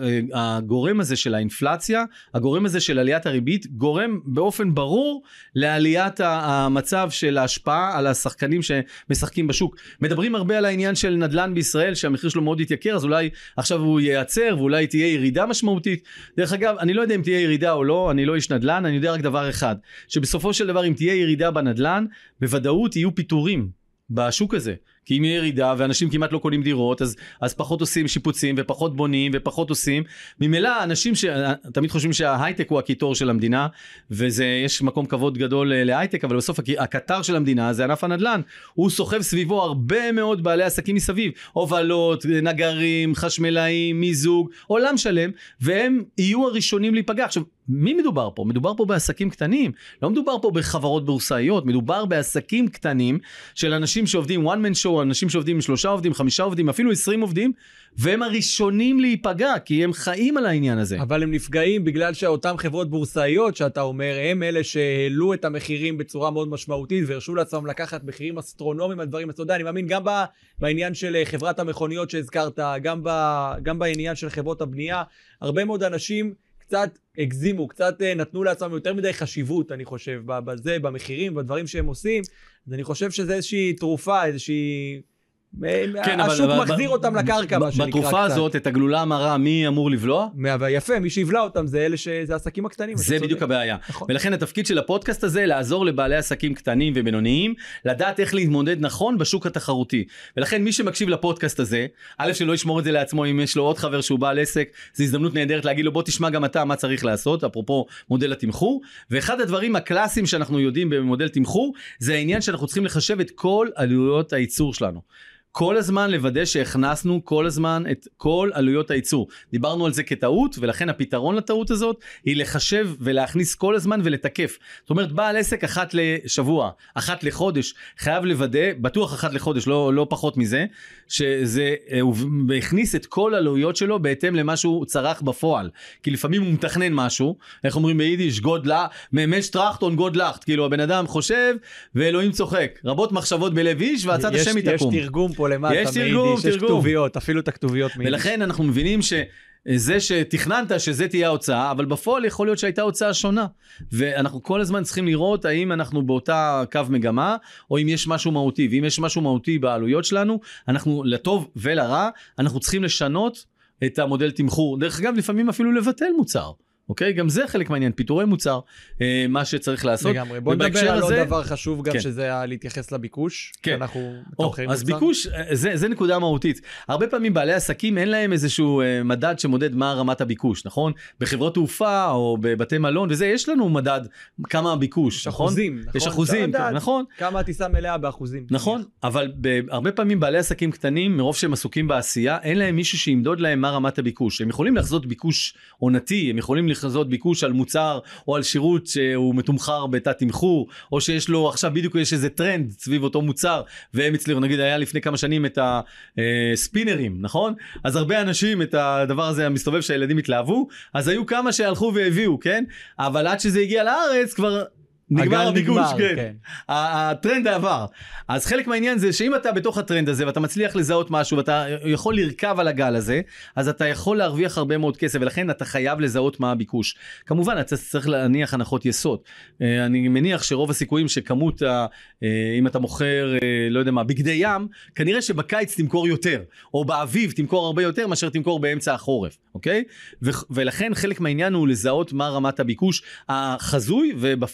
שהגורם הזה של האינפלציה, הגורם הזה של עליית הריבית, גורם באופן ברור לעליית המצב של ההשפעה על השחקנים שמשחקים בשוק. מדברים הרבה על העניין של נדל"ן בישראל, שהמחיר שלו מאוד יתייקר, אז אולי עכשיו הוא ייעצר, ואולי תהיה ירידה משמעותית. דרך אגב, אני לא יודע אם תהיה ירידה או לא, אני לא איש נדל"ן, אני יודע רק דבר אחד, שבסופו של דבר אם תהיה ירידה בנדל"ן, בוודאות יהיו פיתורים בשוק הזה. כי אם יהיה ירידה ואנשים כמעט לא קונים דירות, אז, אז פחות עושים שיפוצים ופחות בונים ופחות עושים. ממילא אנשים שתמיד חושבים שההייטק הוא הקיטור של המדינה, וזה, יש מקום כבוד גדול להייטק, אבל בסוף הקטר של המדינה זה ענף הנדל"ן. הוא סוחב סביבו הרבה מאוד בעלי עסקים מסביב, הובלות, נגרים, חשמלאים, מיזוג, עולם שלם, והם יהיו הראשונים להיפגע. עכשיו, מי מדובר פה? מדובר פה בעסקים קטנים, לא מדובר פה בחברות בורסאיות, מדובר בעסקים קטנים של אנשים שעובדים one man show, אנשים שעובדים עם שלושה עובדים, חמישה עובדים, אפילו עשרים עובדים, והם הראשונים להיפגע, כי הם חיים על העניין הזה. אבל הם נפגעים בגלל שאותם חברות בורסאיות, שאתה אומר, הם אלה שהעלו את המחירים בצורה מאוד משמעותית, והרשו לעצמם לקחת מחירים אסטרונומיים על דברים, אתה יודע, אני מאמין גם בעניין של חברת המכוניות שהזכרת, גם, ב, גם בעניין של חברות הבנייה, הרבה מאוד אנשים קצת הגזימו, קצת נתנו לעצמם יותר מדי חשיבות, אני חושב, בזה, במחירים, בדברים שהם עושים, אז אני חושב שזה איזושהי תרופה, איזושהי... כן, השוק אבל, מחזיר אבל, אותם לקרקע, מה שנקרא קצת. בתרופה הזאת, את הגלולה המרה, מי אמור לבלוע? יפה, מי שיבלע אותם זה אלה שזה העסקים הקטנים. זה בדיוק הבעיה. נכון. ולכן התפקיד של הפודקאסט הזה, לעזור לבעלי עסקים קטנים ובינוניים, לדעת איך להתמודד נכון בשוק התחרותי. ולכן מי שמקשיב לפודקאסט הזה, א' שלא ישמור את זה לעצמו, אם יש לו עוד חבר שהוא בעל עסק, זו הזדמנות נהדרת להגיד לו, בוא תשמע גם אתה מה צריך לעשות, אפרופו מודל התמחור. ואחד הדברים הקלאסיים שאנחנו יודעים במודל תמחור, זה העניין שאנחנו צריכים לחשב את כל עלויות הייצור שלנו. כל הזמן לוודא שהכנסנו כל הזמן את כל עלויות הייצור. דיברנו על זה כטעות, ולכן הפתרון לטעות הזאת היא לחשב ולהכניס כל הזמן ולתקף. זאת אומרת, בעל עסק אחת לשבוע, אחת לחודש, חייב לוודא, בטוח אחת לחודש, לא, לא פחות מזה, שזה, הוא הכניס את כל עלויות שלו בהתאם למה שהוא צרך בפועל. כי לפעמים הוא מתכנן משהו, איך אומרים ביידיש, גוד לה, ממש טראחט און גוד לחט, כאילו הבן אדם חושב ואלוהים צוחק. רבות מחשבות בלב איש והצד השם יתקום. יש תרגום פה למטה, יש תרגום, יש כתוביות, אפילו את הכתוביות מיידיש. ולכן אנחנו מבינים שזה שתכננת שזה תהיה ההוצאה, אבל בפועל יכול להיות שהייתה הוצאה שונה. ואנחנו כל הזמן צריכים לראות האם אנחנו באותה קו מגמה, או אם יש משהו מהותי. ואם יש משהו מהותי בעלויות שלנו, אנחנו לטוב ולרע, אנחנו צריכים לשנות את המודל תמחור. דרך אגב, לפעמים אפילו לבטל מוצר. אוקיי? גם זה חלק מעניין, פיתורי מוצר, אה, מה שצריך לעשות. לגמרי. בוא נדבר על עוד דבר חשוב גם, כן. שזה להתייחס לביקוש. כן. שאנחנו או, אז מוצר. ביקוש, זה, זה נקודה מהותית. הרבה פעמים בעלי עסקים אין להם איזשהו אה, מדד שמודד מה רמת הביקוש, נכון? בחברות תעופה או בבתי מלון, וזה, יש לנו מדד כמה הביקוש, יש נכון? אחוזים, נכון? יש אחוזים, כן, נכון? כמה הטיסה מלאה באחוזים. נכון, אבל הרבה פעמים בעלי עסקים קטנים, מרוב שהם עסוקים בעשייה, אין להם מישהו שימדוד להם מה רמת הביקוש. הם יכולים לחזות ביקוש עונתי, הם יכולים לחזות ביקוש על מוצר או על שירות שהוא מתומחר בתת תמחור, או שיש לו עכשיו בדיוק יש איזה טרנד סביב אותו מוצר, והם הצליחו, נגיד היה לפני כמה שנים את הספינרים, נכון? אז הרבה אנשים את הדבר הזה המסתובב שהילדים התלהבו, אז היו כמה שהלכו והביאו, כן? אבל עד שזה הגיע לארץ כבר נגמר הביקוש, כן. כן. הטרנד העבר. אז חלק מהעניין זה שאם אתה בתוך הטרנד הזה ואתה מצליח לזהות משהו ואתה יכול לרכב על הגל הזה, אז אתה יכול להרוויח הרבה מאוד כסף, ולכן אתה חייב לזהות מה הביקוש. כמובן, אתה צריך להניח הנחות יסוד. אני מניח שרוב הסיכויים שכמות, אם אתה מוכר, לא יודע מה, בגדי ים, כנראה שבקיץ תמכור יותר, או באביב תמכור הרבה יותר מאשר תמכור באמצע החורף, אוקיי? ולכן חלק מהעניין הוא לזהות מה רמת הביקוש החזוי, ובפועל מה רמת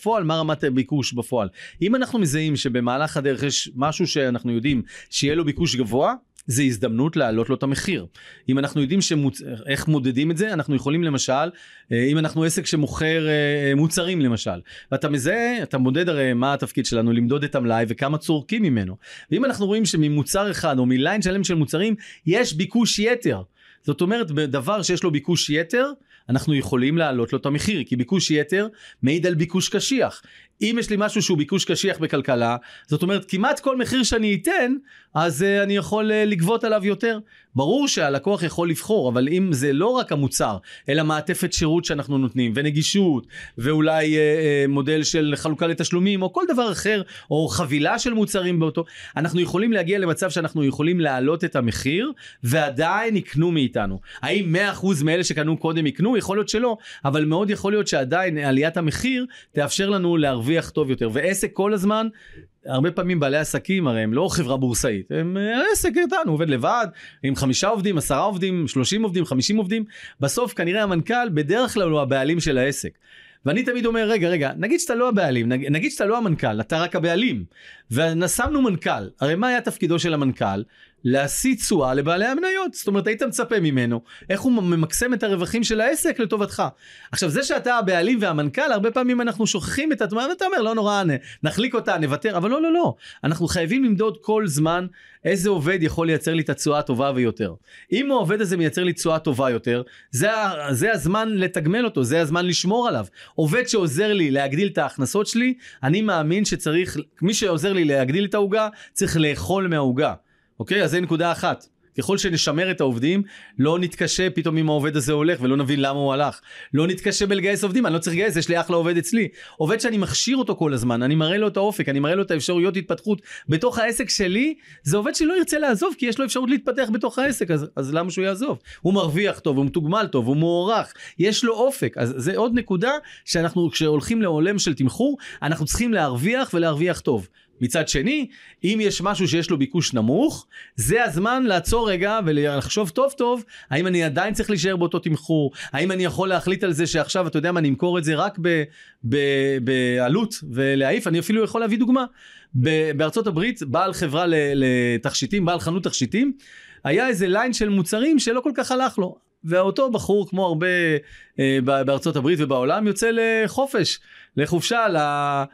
רמת ביקוש בפועל. אם אנחנו מזהים שבמהלך הדרך יש משהו שאנחנו יודעים שיהיה לו ביקוש גבוה, זה הזדמנות להעלות לו את המחיר. אם אנחנו יודעים שמוצ... איך מודדים את זה, אנחנו יכולים למשל, אם אנחנו עסק שמוכר מוצרים למשל, ואתה מזהה, אתה מודד הרי מה התפקיד שלנו, למדוד את המלאי וכמה צורכים ממנו. ואם אנחנו רואים שממוצר אחד או מליין שלם של מוצרים, יש ביקוש יתר. זאת אומרת, בדבר שיש לו ביקוש יתר, אנחנו יכולים להעלות לו את המחיר, כי ביקוש יתר מעיד על ביקוש קשיח. אם יש לי משהו שהוא ביקוש קשיח בכלכלה, זאת אומרת, כמעט כל מחיר שאני אתן, אז uh, אני יכול uh, לגבות עליו יותר. ברור שהלקוח יכול לבחור, אבל אם זה לא רק המוצר, אלא מעטפת שירות שאנחנו נותנים, ונגישות, ואולי uh, uh, מודל של חלוקה לתשלומים, או כל דבר אחר, או חבילה של מוצרים באותו, אנחנו יכולים להגיע למצב שאנחנו יכולים להעלות את המחיר, ועדיין יקנו מאיתנו. האם מאה אחוז מאלה שקנו קודם יקנו? יכול להיות שלא, אבל מאוד יכול להיות שעדיין עליית המחיר תאפשר לנו להרוויח טוב יותר. ועסק כל הזמן, הרבה פעמים בעלי עסקים, הרי הם לא חברה בורסאית, הם עסק קטן, הוא עובד לבד, עם חמישה עובדים, עשרה עובדים, שלושים עובדים, חמישים עובדים, בסוף כנראה המנכ"ל בדרך כלל הוא הבעלים של העסק. ואני תמיד אומר, רגע, רגע, נגיד שאתה לא הבעלים, נגיד שאתה לא המנכ"ל, אתה רק הבעלים, ונסמנו מנכ"ל, הרי מה היה תפקידו של המנכ"ל? להשיא תשואה לבעלי המניות. זאת אומרת, היית מצפה ממנו, איך הוא ממקסם את הרווחים של העסק לטובתך. עכשיו, זה שאתה הבעלים והמנכ"ל, הרבה פעמים אנחנו שוכחים את התמונה, ואתה אומר, לא נורא, נחליק אותה, נוותר, אבל לא, לא, לא. אנחנו חייבים למדוד כל זמן איזה עובד יכול לייצר לי את התשואה הטובה ויותר. אם העובד הזה מייצר לי תשואה טובה יותר, זה, זה הזמן לתגמל אותו, זה הזמן לשמור עליו. עובד שעוזר לי להגדיל את ההכנסות שלי, אני מאמין שצריך, מי שעוזר לי להגדיל את ההוגה, צריך לאכול מההוגה. אוקיי? אז זה נקודה אחת. ככל שנשמר את העובדים, לא נתקשה פתאום אם העובד הזה הולך, ולא נבין למה הוא הלך. לא נתקשה בלגייס עובדים, אני לא צריך לגייס, יש לי אחלה עובד אצלי. עובד שאני מכשיר אותו כל הזמן, אני מראה לו את האופק, אני מראה לו את האפשרויות התפתחות בתוך העסק שלי, זה עובד שלא ירצה לעזוב, כי יש לו אפשרות להתפתח בתוך העסק, אז, אז למה שהוא יעזוב? הוא מרוויח טוב, הוא מתוגמל טוב, הוא מוערך, יש לו אופק. אז זה עוד נקודה שאנחנו, כשהולכים לעולם של תמחור, אנחנו צריכים להרוויח ולהרוויח טוב. מצד שני, אם יש משהו שיש לו ביקוש נמוך, זה הזמן לעצור רגע ולחשוב טוב טוב, האם אני עדיין צריך להישאר באותו תמחור, האם אני יכול להחליט על זה שעכשיו, אתה יודע מה, אני אמכור את זה רק ב, ב, בעלות ולהעיף, אני אפילו יכול להביא דוגמה, בארצות הברית, בעל חברה לתכשיטים, בעל חנות תכשיטים, היה איזה ליין של מוצרים שלא כל כך הלך לו, ואותו בחור, כמו הרבה אה, בארצות הברית ובעולם, יוצא לחופש, לחופשה, ל...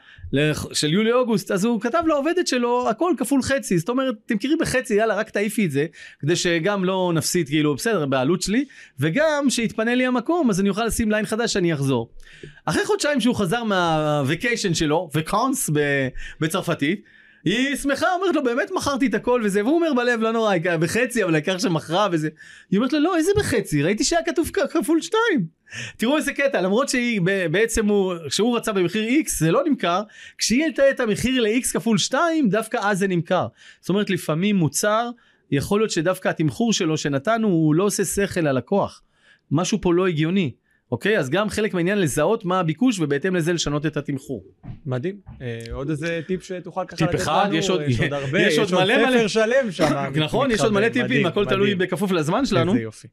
של יולי-אוגוסט, אז הוא כתב לעובדת שלו, הכל כפול חצי, זאת אומרת, תמכרי בחצי, יאללה, רק תעיפי את זה, כדי שגם לא נפסיד, כאילו, בסדר, בעלות שלי, וגם שיתפנה לי המקום, אז אני אוכל לשים ליין חדש שאני אחזור. אחרי חודשיים שהוא חזר מהווקיישן שלו, וקאונס בצרפתית, היא שמחה, אומרת לו, באמת מכרתי את הכל וזה, והוא אומר בלב, לא נורא, בחצי, אבל העיקר שמכרה וזה. היא אומרת לו, לא, איזה בחצי? ראיתי שהיה כתוב כפול שתיים. תראו איזה קטע, למרות שהיא בעצם, הוא, כשהוא רצה במחיר X, זה לא נמכר, כשהיא העלתה את המחיר ל-X כפול שתיים, דווקא אז זה נמכר. זאת אומרת, לפעמים מוצר, יכול להיות שדווקא התמחור שלו שנתנו, הוא לא עושה שכל ללקוח. משהו פה לא הגיוני. אוקיי, אז גם חלק מהעניין לזהות מה הביקוש, ובהתאם לזה לשנות את התמחור. מדהים. עוד איזה טיפ שתוכל ככה לתת לנו? יש עוד הרבה, יש עוד מלא מלא שלם שם. נכון, יש עוד מלא טיפים, הכל תלוי בכפוף לזמן שלנו. איזה יופי.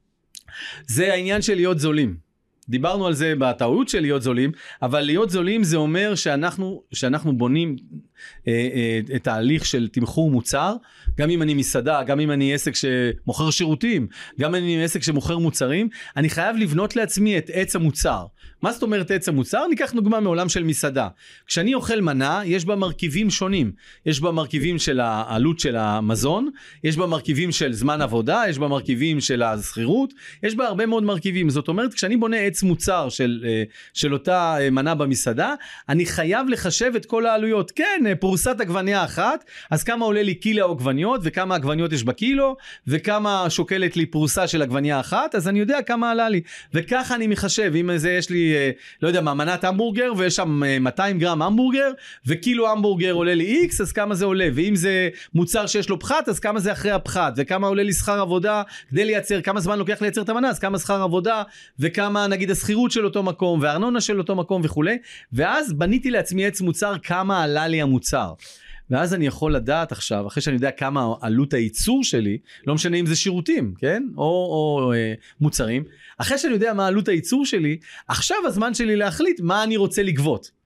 זה העניין של להיות זולים. דיברנו על זה בטעויות של להיות זולים, אבל להיות זולים זה אומר שאנחנו, שאנחנו בונים אה, אה, את ההליך של תמחור מוצר, גם אם אני מסעדה, גם אם אני עסק שמוכר שירותים, גם אם אני עסק שמוכר מוצרים, אני חייב לבנות לעצמי את עץ המוצר. מה זאת אומרת עץ המוצר? ניקח דוגמה מעולם של מסעדה. כשאני אוכל מנה, יש בה מרכיבים שונים. יש בה מרכיבים של העלות של המזון, יש בה מרכיבים של זמן עבודה, יש בה מרכיבים של הסחירות, יש בה הרבה מאוד מרכיבים. זאת אומרת, כשאני בונה עץ מוצר של, של אותה מנה במסעדה, אני חייב לחשב את כל העלויות. כן, פרוסת עגבניה אחת, אז כמה עולה לי קילו עגבניות, וכמה עגבניות יש בקילו, וכמה שוקלת לי פרוסה של עגבניה אחת, אז אני יודע כמה עלה לי. וככה אני מחשב, אם זה יש לי, לא יודע מה, מנת המבורגר, ויש שם מאתיים גרם המבורגר, וקילו המבורגר עולה לי X, אז כמה זה עולה? ואם זה מוצר שיש לו פחת, אז כמה זה אחרי הפחת? וכמה עולה לי שכר עבודה כדי לייצר, כמה זמן לוקח לייצר את המנה, אז כמה שכר עבודה, וכמה נגיד הסחירות של אותו מקום, והארנונה של אותו מקום וכו'. ואז בניתי לעצמי עץ מוצר, כמה עלה לי המוצר. ואז אני יכול לדעת עכשיו, אחרי שאני יודע כמה עלות הייצור שלי, לא משנה אם זה שירותים, כן? או, או אה, מוצרים, אחרי שאני יודע מה עלות הייצור שלי, עכשיו הזמן שלי להחליט מה אני רוצה לגבות.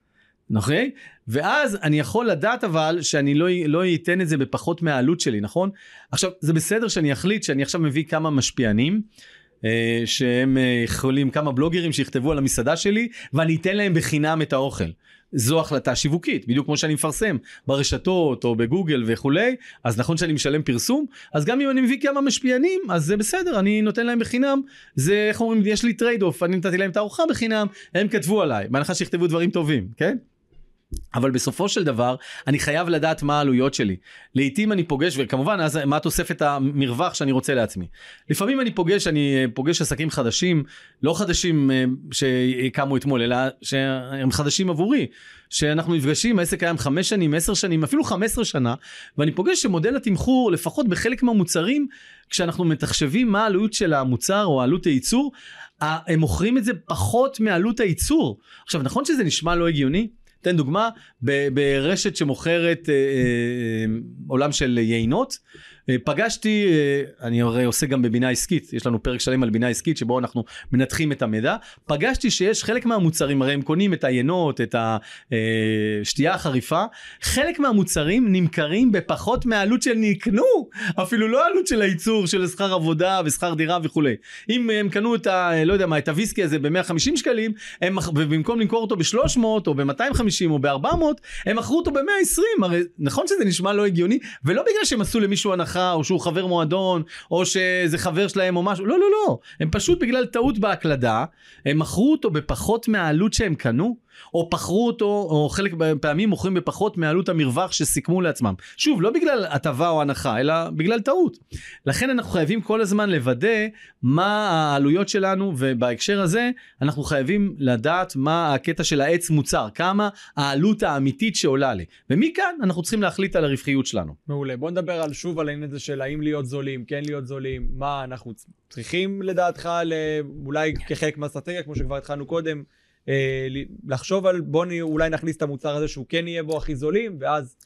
נכון? ואז אני יכול לדעת אבל שאני לא, לא ייתן את זה בפחות מהעלות שלי, נכון? עכשיו, זה בסדר שאני אחליט שאני עכשיו מביא כמה משפיענים, אה, שהם יכולים, כמה בלוגרים שיכתבו על המסעדה שלי, ואני אתן להם בחינם את האוכל. זו החלטה שיווקית, בדיוק כמו שאני מפרסם ברשתות או בגוגל וכולי, אז נכון שאני משלם פרסום, אז גם אם אני מביא כמה משפיענים, אז זה בסדר, אני נותן להם בחינם, זה, איך אומרים, יש לי טרייד אוף, אני נתתי להם את הארוחה בחינם, הם כתבו עליי, בהנחה שיכתבו דברים טובים, כן? אבל בסופו של דבר, אני חייב לדעת מה העלויות שלי. לעתים אני פוגש, וכמובן, אז מה תוספת המרווח שאני רוצה לעצמי. לפעמים אני פוגש, אני פוגש עסקים חדשים, לא חדשים שקמו אתמול, אלא שהם חדשים עבורי, שאנחנו נפגשים, העסק קיים חמש שנים, עשר שנים, אפילו חמש עשרה שנה, ואני פוגש שמודל התמחור, לפחות בחלק מהמוצרים, כשאנחנו מתחשבים מה העלות של המוצר או העלות הייצור, הם מוכרים את זה פחות מעלות הייצור. עכשיו, נכון שזה נשמע לא הגיוני? תן דוגמה, ברשת שמוכרת אה, אה, עולם של יינות, אה, פגשתי, אה, אני הרי עושה גם בבינה עסקית, יש לנו פרק שלם על בינה עסקית שבו אנחנו מנתחים את המידע, פגשתי שיש חלק מהמוצרים, הרי הם קונים את היינות, את השתייה החריפה, חלק מהמוצרים נמכרים בפחות מהעלות של נקנו, אפילו לא העלות של הייצור, של שכר עבודה ושכר דירה וכו'. אם הם קנו את ה, לא יודע מה, את הוויסקי הזה ב-מאה וחמישים שקלים, הם, ובמקום למכור אותו ב-שלוש מאות או ב-מאתיים וחמישים או ב-ארבע מאות, הם מכרו אותו ב-מאה ועשרים, הרי נכון שזה נשמע לא הגיוני, ולא בגלל שהם עשו למישהו הנחה, או שהוא חבר מועדון, או שזה חבר שלהם או משהו, לא, לא, לא, הם פשוט בגלל טעות בהקלדה, הם מכרו אותו בפחות מהעלות שהם קנו, או פחרו אותו, או חלק פעמים מוכרים בפחות מעלות המרווח שסיכמו לעצמם. שוב, לא בגלל הטבה או הנחה, אלא בגלל טעות. לכן אנחנו חייבים כל הזמן לוודא מה העלויות שלנו, ובהקשר הזה אנחנו חייבים לדעת מה הקטע של העץ מוצר, כמה העלות האמיתית שעולה לי. ומכאן אנחנו צריכים להחליט על הרווחיות שלנו. מעולה. בוא נדבר על שוב על העניין הזה של האם להיות זולים, כן להיות זולים, מה אנחנו צריכים לדעתך, אולי כחלק מהאסטרטגיה, כמו שכבר התחלנו קודם, לחשוב על בוא אולי נכניס את המוצר הזה שהוא כן יהיה בו הכי זולים, ואז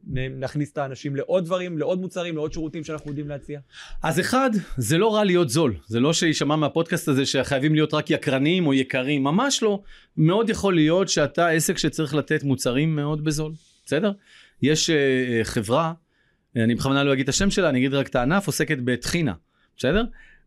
נכניס את האנשים לעוד דברים, לעוד מוצרים, לעוד שירותים שאנחנו יודעים להציע. אז אחד, זה לא רע להיות זול. זה לא שישמע מהפודקאסט הזה שחייבים להיות רק יקרנים או יקרים, ממש לא. מאוד יכול להיות שאתה עסק שצריך לתת מוצרים מאוד בזול. בסדר? יש uh, חברה, אני בכוונה לא אגיד את השם שלה, אני אגיד רק את הענף, עוסקת בתחינה. בסדר?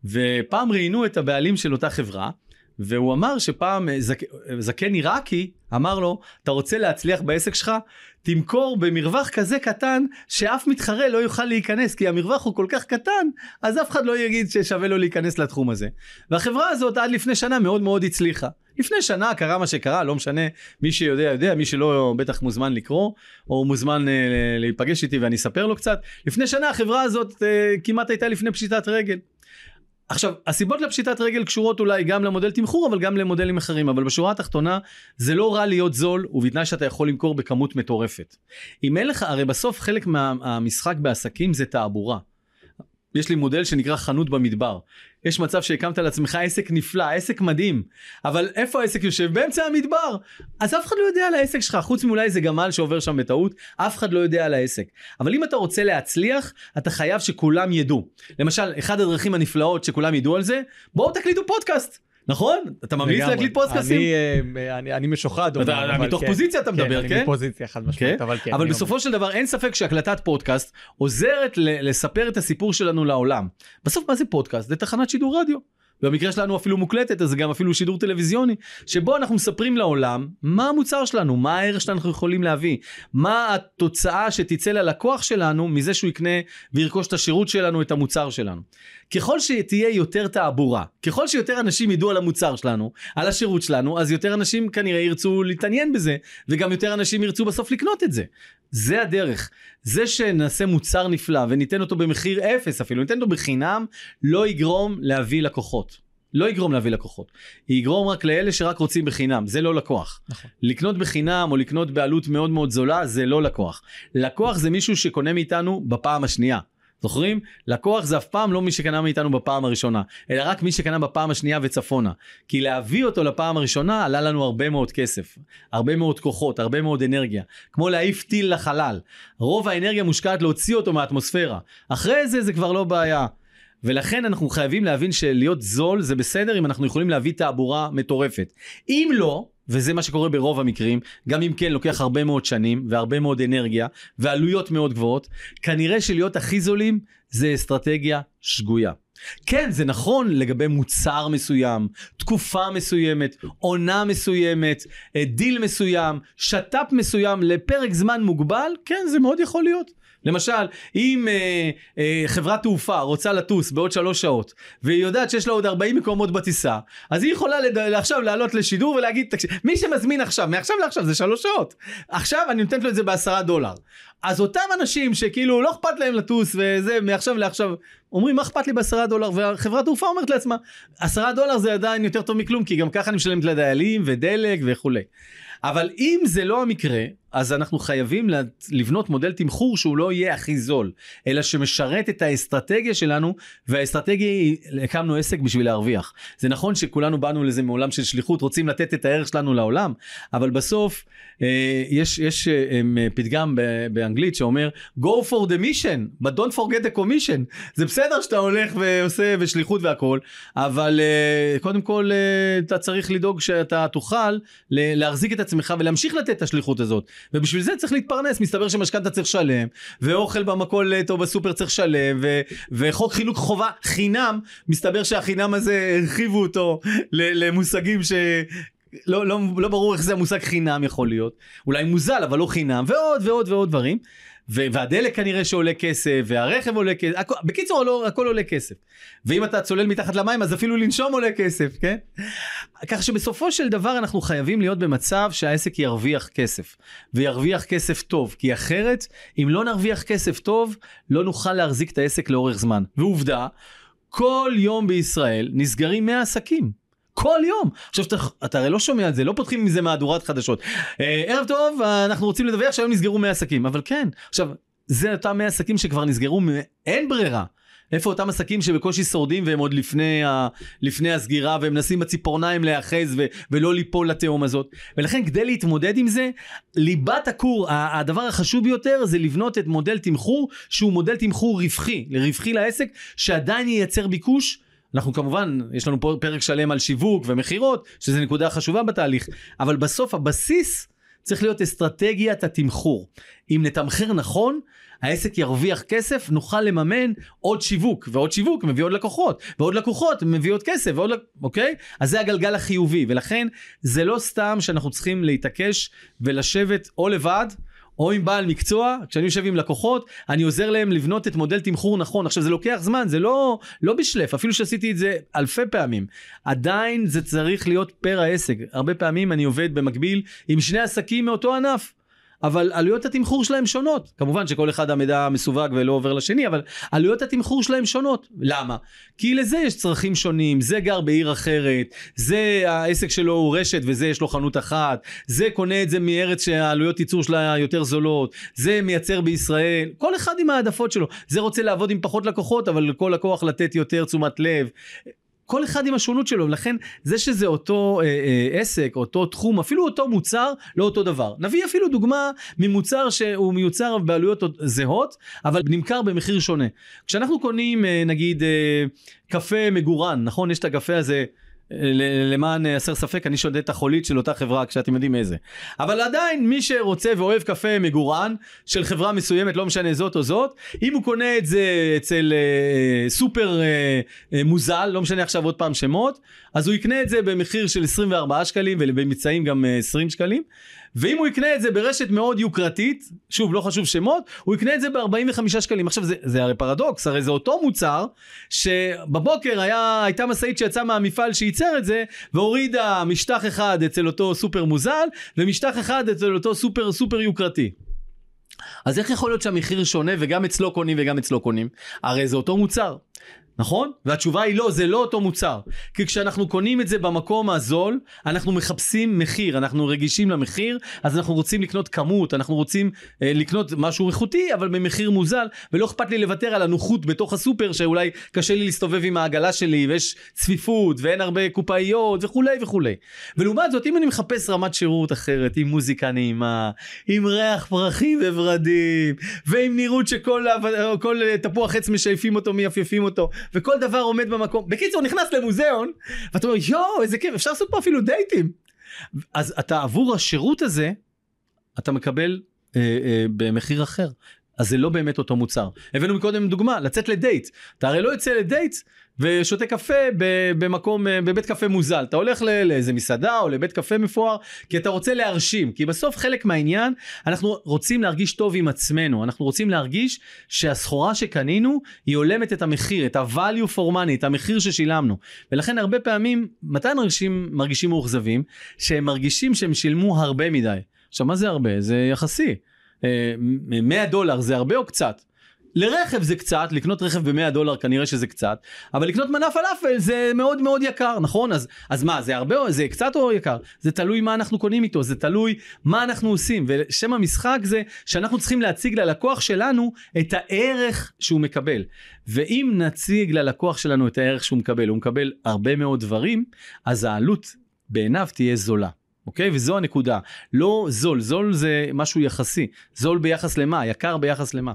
ופעם ראינו את הבעלים של אותה חברה, והוא אמר שפעם זק... זקן עיראקי אמר לו, אתה רוצה להצליח בעסק שלך? תמכור במרווח כזה קטן שאף מתחרה לא יוכל להיכנס, כי המרווח הוא כל כך קטן, אז אף אחד לא יגיד ששווה לו להיכנס לתחום הזה. והחברה הזאת עד לפני שנה מאוד מאוד הצליחה. לפני שנה קרה מה שקרה, לא משנה, מי שיודע יודע, מי שלא בטח מוזמן לקרוא, או מוזמן אה, להיפגש איתי ואני אספר לו קצת. לפני שנה החברה הזאת אה, כמעט הייתה לפני פשיטת רגל. עכשיו, הסיבות לפשיטת רגל קשורות אולי גם למודל תמחור, אבל גם למודלים אחרים, אבל בשורה התחתונה, זה לא רע להיות זול, ובתנאי שאתה יכול למכור בכמות מטורפת. אם אין לך, הרי בסוף חלק מהמשחק בעסקים זה תעבורה. יש לי מודל שנקרא חנות במדבר. יש מצב שהקמת לעצמך עסק נפלא, עסק מדהים, אבל איפה העסק יושב? באמצע המדבר. אז אף אחד לא יודע על העסק שלך, חוץ מאולי איזה גמל שעובר שם בטעות, אף אחד לא יודע על העסק. אבל אם אתה רוצה להצליח, אתה חייב שכולם ידעו. למשל, אחד הדרכים הנפלאות שכולם ידעו על זה, בואו תקליטו פודקאסט. נכון? אתה ממליץ להקליט פודקאסטים? אני משוחד. מתוך פוזיציה אתה מדבר, כן? אני מפוזיציה חד משמעית, אבל כן. אבל בסופו של דבר אין ספק שהקלטת פודקאסט עוזרת לספר את הסיפור שלנו לעולם. בסוף מה זה פודקאסט? זה תחנת שידור רדיו. במקרה שלנו אפילו מוקלטת, אז זה גם אפילו שידור טלוויזיוני, שבו אנחנו מספרים לעולם מה המוצר שלנו, מה הערך שאנחנו יכולים להביא, מה התוצאה שתצא ללקוח שלנו מזה שהוא יקנה וירכוש את השירות שלנו, את המוצר שלנו. ככל שתהיה יותר תעבורה, ככל שיותר אנשים ידעו על המוצר שלנו, על השירות שלנו, אז יותר אנשים כנראה ירצו להתעניין בזה, וגם יותר אנשים ירצו בסוף לקנות את זה. זה הדרך. זה שנעשה מוצר נפלא וניתן אותו במחיר אפס אפילו, ניתן אותו בחינם, לא יגרום להביא לקוחות. לא יגרום להביא לקוחות. יגרום רק לאלה שרק רוצים בחינם. זה לא לקוח. נכון. לקנות בחינם או לקנות בעלות מאוד מאוד זולה, זה לא לקוח. לקוח זה מישהו שקונה מאיתנו בפעם השנייה. זוכרים? לקוח זה אף פעם לא מי שקנה מאיתנו בפעם הראשונה, אלא רק מי שקנה בפעם השנייה וצפונה. כי להביא אותו לפעם הראשונה עלה לנו הרבה מאוד כסף, הרבה מאוד כוחות, הרבה מאוד אנרגיה. כמו להעיף טיל לחלל. רוב האנרגיה מושקעת להוציא אותו מהאטמוספירה. אחרי זה זה כבר לא בעיה. ולכן אנחנו חייבים להבין שלהיות זול זה בסדר אם אנחנו יכולים להביא תעבורה מטורפת. אם לא, וזה מה שקורה ברוב המקרים, גם אם כן לוקח הרבה מאוד שנים, והרבה מאוד אנרגיה, ועלויות מאוד גבוהות, כנראה שלהיות הכי זולים, זה אסטרטגיה שגויה. כן, זה נכון לגבי מוצר מסוים, תקופה מסוימת, עונה מסוימת, דיל מסוים, שטאפ מסוים, לפרק זמן מוגבל, כן, זה מאוד יכול להיות. למשל, אם אה, אה, חברת תעופה רוצה לטוס בעוד שלוש שעות, והיא יודעת שיש לה עוד ארבעים מקומות בטיסה, אז היא יכולה לד... עכשיו לעלות לשידור ולהגיד, תקשיב, מי שמזמין עכשיו, מעכשיו לעכשיו זה שלוש שעות, עכשיו אני נותנת לו את זה בעשרה דולר. אז אותם אנשים שכאילו לא אכפת להם לטוס וזה מעכשיו לעכשיו, אומרים מה אכפת לי בעשרה דולר, והחברת תעופה אומרת לעצמה, עשרה דולר זה עדיין יותר טוב מכלום, כי גם ככה אני משלמת לדיילים ודלק וכו'. אבל אם זה לא המקרה, אז אנחנו חייבים לבנות מודל תמחור שהוא לא יהיה הכי זול, אלא שמשרת את האסטרטגיה שלנו, והאסטרטגיה היא, הקמנו עסק בשביל להרוויח. זה נכון שכולנו באנו לזה מעולם של שליחות, רוצים לתת את הערך שלנו לעולם, אבל בסוף אה, יש, יש אה, פתגם באנגלית שאומר, go for the mission, but don't forget the commission. זה בסדר שאתה הולך ועושה ושליחות והכל, אבל אה, קודם כל אה, אתה צריך לדאוג שאתה תוכל להחזיק את עצמך ולהמשיך לתת את השליחות הזאת. ובשביל זה צריך להתפרנס, מסתבר שמשכנתא צריך שלם, ואוכל במכולת או בסופר צריך שלם, ו- וחוק חינוך חובה חינם, מסתבר שהחינם הזה הרחיבו אותו למושגים ש... לא, לא, לא ברור איך זה המושג חינם יכול להיות, אולי מוזל אבל לא חינם, ועוד ועוד ועוד דברים, והדלק כנראה שעולה כסף, והרכב עולה כסף, הכ... בקיצור לא, הכל עולה כסף. ואם אתה צולל מתחת למים, אז אפילו לנשום עולה כסף, כן? כך שבסופו של דבר אנחנו חייבים להיות במצב שהעסק ירוויח כסף, וירוויח כסף טוב, כי אחרת, אם לא נרוויח כסף טוב, לא נוכל להחזיק את העסק לאורך זמן. ועובדה, כל יום בישראל נסגרים מאה עסקים. כל יום. עכשיו, אתה, אתה הרי לא שומע את זה, לא פותחים מזה מהדורת חדשות. אה, ערב טוב, אנחנו רוצים לדווח שהיום נסגרו מאה עסקים, אבל כן. עכשיו, זה אותם מאה עסקים שכבר נסגרו, אין ברירה. איפה אותם עסקים שבקושי שורדים והם עוד לפני, ה, לפני הסגירה, והם נסים בציפורניים להאחז ו, ולא ליפול לתהום הזאת. ולכן, כדי להתמודד עם זה, ליבת הקור, הדבר החשוב ביותר, זה לבנות את מודל תמחור, שהוא מודל תמחור רווחי, לרווחי לעסק, שעדיין ייצר ביקוש, אנחנו כמובן, יש לנו פה פרק שלם על שיווק ומחירות, שזה נקודה חשובה בתהליך, אבל בסוף הבסיס צריך להיות אסטרטגיית התמחור. אם נתמחר נכון, העסק ירוויח כסף, נוכל לממן עוד שיווק, ועוד שיווק מביא עוד לקוחות, ועוד לקוחות מביא עוד כסף, ועוד, אוקיי? אז זה הגלגל החיובי, ולכן זה לא סתם שאנחנו צריכים להתעקש ולשבת או לבד, או עם בעל מקצוע. כשאני יושב עם לקוחות, אני עוזר להם לבנות את מודל תמחור נכון. עכשיו, זה לוקח זמן, זה לא, לא בשלף, אפילו שעשיתי את זה אלפי פעמים. עדיין זה צריך להיות פר העסק. הרבה פעמים אני עובד במקביל עם שני עסקים מאותו ענף, אבל עלויות התמחור שלהם שונות. כמובן שכל אחד המידע מסווג ולא עובר לשני, אבל עלויות התמחור שלהם שונות. למה? כי לזה יש צרכים שונים, זה גר בעיר אחרת, זה העסק שלו הוא רשת וזה יש לו חנות אחת, זה קונה את זה מארץ שהעלויות ייצור שלה יותר זולות, זה מייצר בישראל, כל אחד עם העדפות שלו. זה רוצה לעבוד עם פחות לקוחות, אבל כל לקוח לתת יותר תשומת לב. כל אחד עם השונות שלו, ולכן זה שזה אותו אה, אה, עסק, אותו תחום, אפילו אותו מוצר, לא אותו דבר. נביא אפילו דוגמה ממוצר שהוא מיוצר בעלויות זהות, אבל נמכר במחיר שונה. כשאנחנו קונים, אה, נגיד, אה, קפה מגורן, נכון? יש את הקפה הזה, למען הסר ספק, אני שודד את החולית של אותה חברה, כשאתם יודעים איזה. אבל עדיין, מי שרוצה ואוהב קפה מגורן, של חברה מסוימת, לא משנה זאת או זאת, אם הוא קונה את זה אצל אה, סופר אה, אה, מוזל, לא משנה עכשיו עוד פעם שמות, אז הוא יקנה את זה במחיר של עשרים וארבעה שקלים, ובמצעים גם אה, עשרים שקלים, ואם הוא יקנה את זה ברשת מאוד יוקרתית, שוב, לא חשוב שמות, הוא יקנה את זה ב-ארבעים וחמישה שקלים. עכשיו, זה, זה הרי פרדוקס, הרי זה אותו מוצר, שבבוקר היה, הייתה מסעית שיצאה מהמפעל שייצר את זה, והורידה משטח אחד אצל אותו סופר מוזל, ומשטח אחד אצל אותו סופר סופר יוקרתי. אז איך יכול להיות שהמחיר שונה, וגם אצלו קונים וגם אצלו קונים? הרי זה אותו מוצר. נכון? והתשובה היא לא, זה לא אותו מוצר. כי כשאנחנו קונים את זה במקום הזול, אנחנו מחפשים מחיר, אנחנו רגישים למחיר, אז אנחנו רוצים לקנות כמות, אנחנו רוצים אה, לקנות משהו איכותי, אבל במחיר מוזל, ולא אכפת לי לוותר על הנוחות בתוך הסופר, שאולי קשה לי להסתובב עם העגלה שלי, ויש צפיפות, ואין הרבה קופאיות, וכו' וכו'. ולעומת זאת, אם אני מחפש רמת שירות אחרת, עם מוזיקה נעימה, עם ריח פרחים וורדים, ועם נראות שכל כל תפוח עץ משייפים אותו, מייפייפים אותו, וכל דבר עומד במקום. בקיצור, נכנס למוזיאון, ואתה אומר, יו, איזה כיף, אפשר לעשות פה אפילו דייטים. אז אתה עבור השירות הזה, אתה מקבל אה, אה, במחיר אחר. אז זה לא באמת אותו מוצר. הבאנו מקודם דוגמה, לצאת לדייט. אתה הרי לא יוצא לדייט ושותה קפה במקום, בבית קפה מוזל. אתה הולך לאיזה מסעדה או לבית קפה מפואר, כי אתה רוצה להרשים. כי בסוף חלק מהעניין, אנחנו רוצים להרגיש טוב עם עצמנו. אנחנו רוצים להרגיש שהסחורה שקנינו, היא עולמת את המחיר, את ה-value for money, את המחיר ששילמנו. ולכן הרבה פעמים, מתי מרגישים, מרגישים מאוכזבים? שהם מרגישים שהם שילמו הרבה מדי. עכשיו, מה זה הרבה? זה יחסי. מאה דולר זה הרבה או קצת? לרכב זה קצת, לקנות רכב ב-מאה דולר כנראה שזה קצת, אבל לקנות מנה פלאפל זה מאוד מאוד יקר, נכון? אז, אז מה, זה הרבה או זה קצת או יקר? זה תלוי מה אנחנו קונים איתו, זה תלוי מה אנחנו עושים, ושם המשחק זה שאנחנו צריכים להציג ללקוח שלנו את הערך שהוא מקבל, ואם נציג ללקוח שלנו את הערך שהוא מקבל, הוא מקבל הרבה מאוד דברים, אז העלות בעיניו תהיה זולה. אוקיי? וזו הנקודה. לא זול, זול זה משהו יחסי. זול ביחס למה? יקר ביחס למה?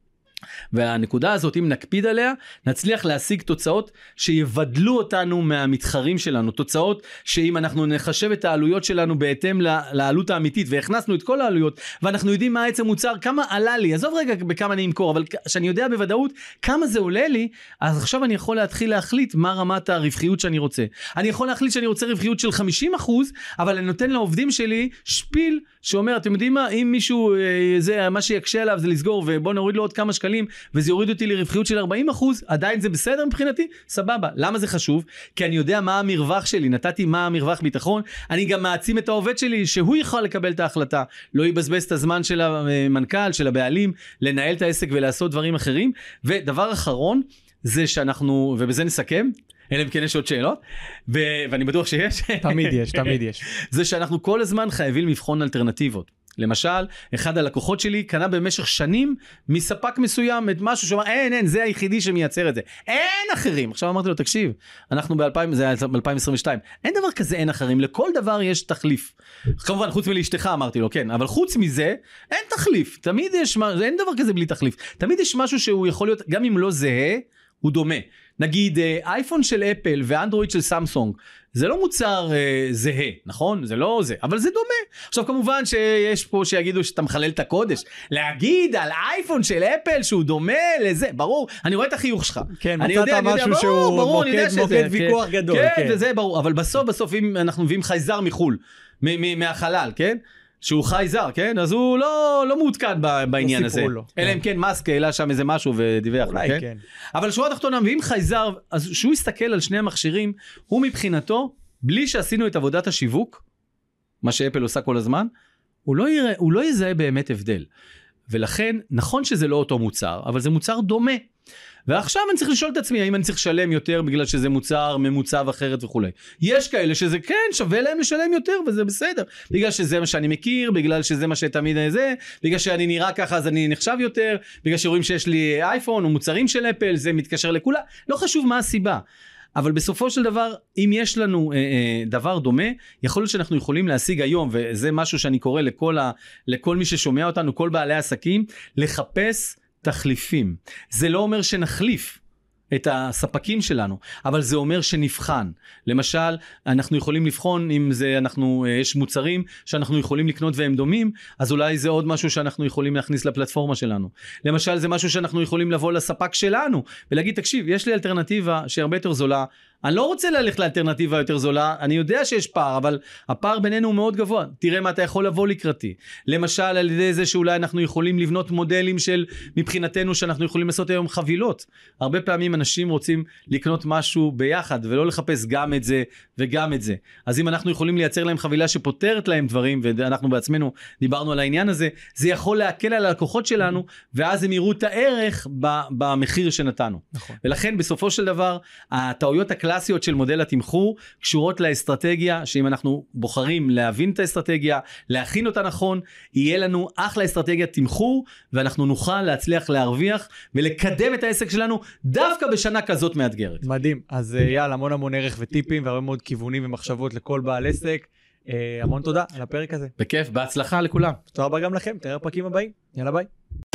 והנקודה הזאת, אם נקפיד עליה, נצליח להשיג תוצאות שיבדלו אותנו מהמתחרים שלנו. תוצאות שאם אנחנו נחשב את העלויות שלנו בהתאם לעלות האמיתית, והכנסנו את כל העלויות, ואנחנו יודעים מה העצם מוצר, כמה עלה לי, עזוב רגע בכמה אני אמכור, אבל שאני יודע בוודאות כמה זה עולה לי, אז עכשיו אני יכול להתחיל להחליט מה רמת הרווחיות שאני רוצה. אני יכול להחליט שאני רוצה רווחיות של חמישים אחוז, אבל אני נותן לעובדים שלי שפיל שאומר, אתם יודעים מה, אם מישהו, זה, מה שיקשה עליו זה לסגור, ובוא נוריד לו עוד כמה שקלים, וזה יוריד אותי לרווחיות של ארבעים אחוז, עדיין זה בסדר מבחינתי? סבבה. למה זה חשוב? כי אני יודע מה המרווח שלי, נתתי מה המרווח ביטחון, אני גם מעצים את העובד שלי, שהוא יכול לקבל את ההחלטה, לא יבזבז את הזמן של המנכ"ל, של הבעלים, לנהל את העסק ולעשות דברים אחרים. ודבר אחרון, זה שאנחנו, ובזה נסכם, אלא אם כן יש עוד שאלות, ו- ואני בטוח שיש. תמיד יש, תמיד יש. זה שאנחנו כל הזמן חייבים לבחון אלטרנטיבות. למשל, אחד הלקוחות שלי קנה במשך שנים מספק מסוים את משהו שאומר, אין, אין, זה היחידי שמייצר את זה. אין אחרים. עכשיו אמרתי לו, תקשיב, אנחנו ב-אלפיים, זה היה ב-אלפיים עשרים ושתיים, אין דבר כזה אין אחרים, לכל דבר יש תחליף. כמובן, חוץ מלאשתך אמרתי לו, כן, אבל חוץ מזה, אין תחליף. תמיד יש, אין דבר כזה בלי תחליף. תמיד יש משהו שהוא יכול להיות, גם אם לא זהה, הוא דומה. נגיד, אייפון של אפל ואנדרואיד של סמסונג, זה לא מוצר אה, זהה, נכון? זה לא זה, אבל זה דומה. עכשיו כמובן שיש פה שיגידו שאתה מחלל את הקודש. להגיד על אייפון של אפל שהוא דומה לזה, ברור, אני רואה את החיוך שלך. כן, אני מצאת יודע, משהו יודע, שהוא ברור, ברור, מוקד, שזה, מוקד כן, ויכוח גדול. כן, כן, וזה ברור, אבל בסוף בסוף אם אנחנו מביאים חייזר מחול, מ- מ- מהחלל, כן? שהוא חי זר, כן? אז הוא לא, לא מעודכן בעניין הזה. לו. אלא אם כן מאסק העלה שם איזה משהו ודיווח. אולי כן? כן. אבל שורה תחתונה, ואם חי זר, אז שהוא יסתכל על שני המכשירים, הוא מבחינתו, בלי שעשינו את עבודת השיווק, מה שאפל עושה כל הזמן, הוא לא יראה, הוא לא יזהה באמת הבדל. ולכן, נכון שזה לא אותו מוצר, אבל זה מוצר דומה. ועכשיו אני צריך לשאול את עצמי, האם אני צריך לשלם יותר בגלל שזה מוצר ממוצב אחרת וכו'. יש כאלה שזה כן, שווה להם לשלם יותר וזה בסדר. בגלל שזה מה שאני מכיר, בגלל שזה מה שתמיד זה, בגלל שאני נראה ככה אז אני נחשב יותר, בגלל שרואים שיש לי אייפון או מוצרים של אפל, זה מתקשר לכולה. לא חשוב מה הסיבה. אבל בסופו של דבר, אם יש לנו אה, אה, דבר דומה, יכול להיות שאנחנו יכולים להשיג היום, וזה משהו שאני קורא לכל, ה, לכל מי ששומע אותנו, כל בעלי עסקים, לחפש תחליפים. זה לא אומר שנחליף את הספקים שלנו, אבל זה אומר שנבחן. למשל, אנחנו יכולים לבחון אם זה אנחנו, יש מוצרים שאנחנו יכולים לקנות והם דומים, אז אולי זה עוד משהו שאנחנו יכולים להכניס לפלטפורמה שלנו. למשל, זה משהו שאנחנו יכולים לבוא לספק שלנו, ולהגיד, תקשיב, יש לי אלטרנטיבה שהיא הרבה יותר זולה, אני לא רוצה ללכת לאלטרנטיבה יותר זולה, אני יודע שיש פער, אבל הפער בינינו הוא מאוד גבוה. תראה מה אתה יכול לבוא לקראתי. למשל, על ידי זה שאולי אנחנו יכולים לבנות מודלים של, מבחינתנו, שאנחנו יכולים לעשות היום חבילות. הרבה פעמים אנשים רוצים לקנות משהו ביחד, ולא לחפש גם את זה וגם את זה. אז אם אנחנו יכולים לייצר להם חבילה שפותרת להם דברים, ואנחנו בעצמנו דיברנו על העניין הזה, זה יכול להקל על הלקוחות שלנו, ואז הם יראו את הערך במחיר שנתנו. נכון. ולכן, בסופו של דבר, הטעויות הקלאסיות של מודל התמחור קשורות לאסטרטגיה, שאם אנחנו בוחרים להבין את האסטרטגיה, להכין אותה נכון, יהיה לנו אחלה אסטרטגיה תמחור, ואנחנו נוכל להצליח להרוויח ולקדם את העסק שלנו דווקא בשנה כזאת מאתגרת. מדהים. אז יאללה, המון המון ערך וטיפים והרבה מאוד כיוונים ומחשבות לכל בעל עסק. המון תודה על הפרק הזה. בכיף, בהצלחה לכולם. תודה רבה גם לכם, תראה פרקים הבאים. יאללה ביי.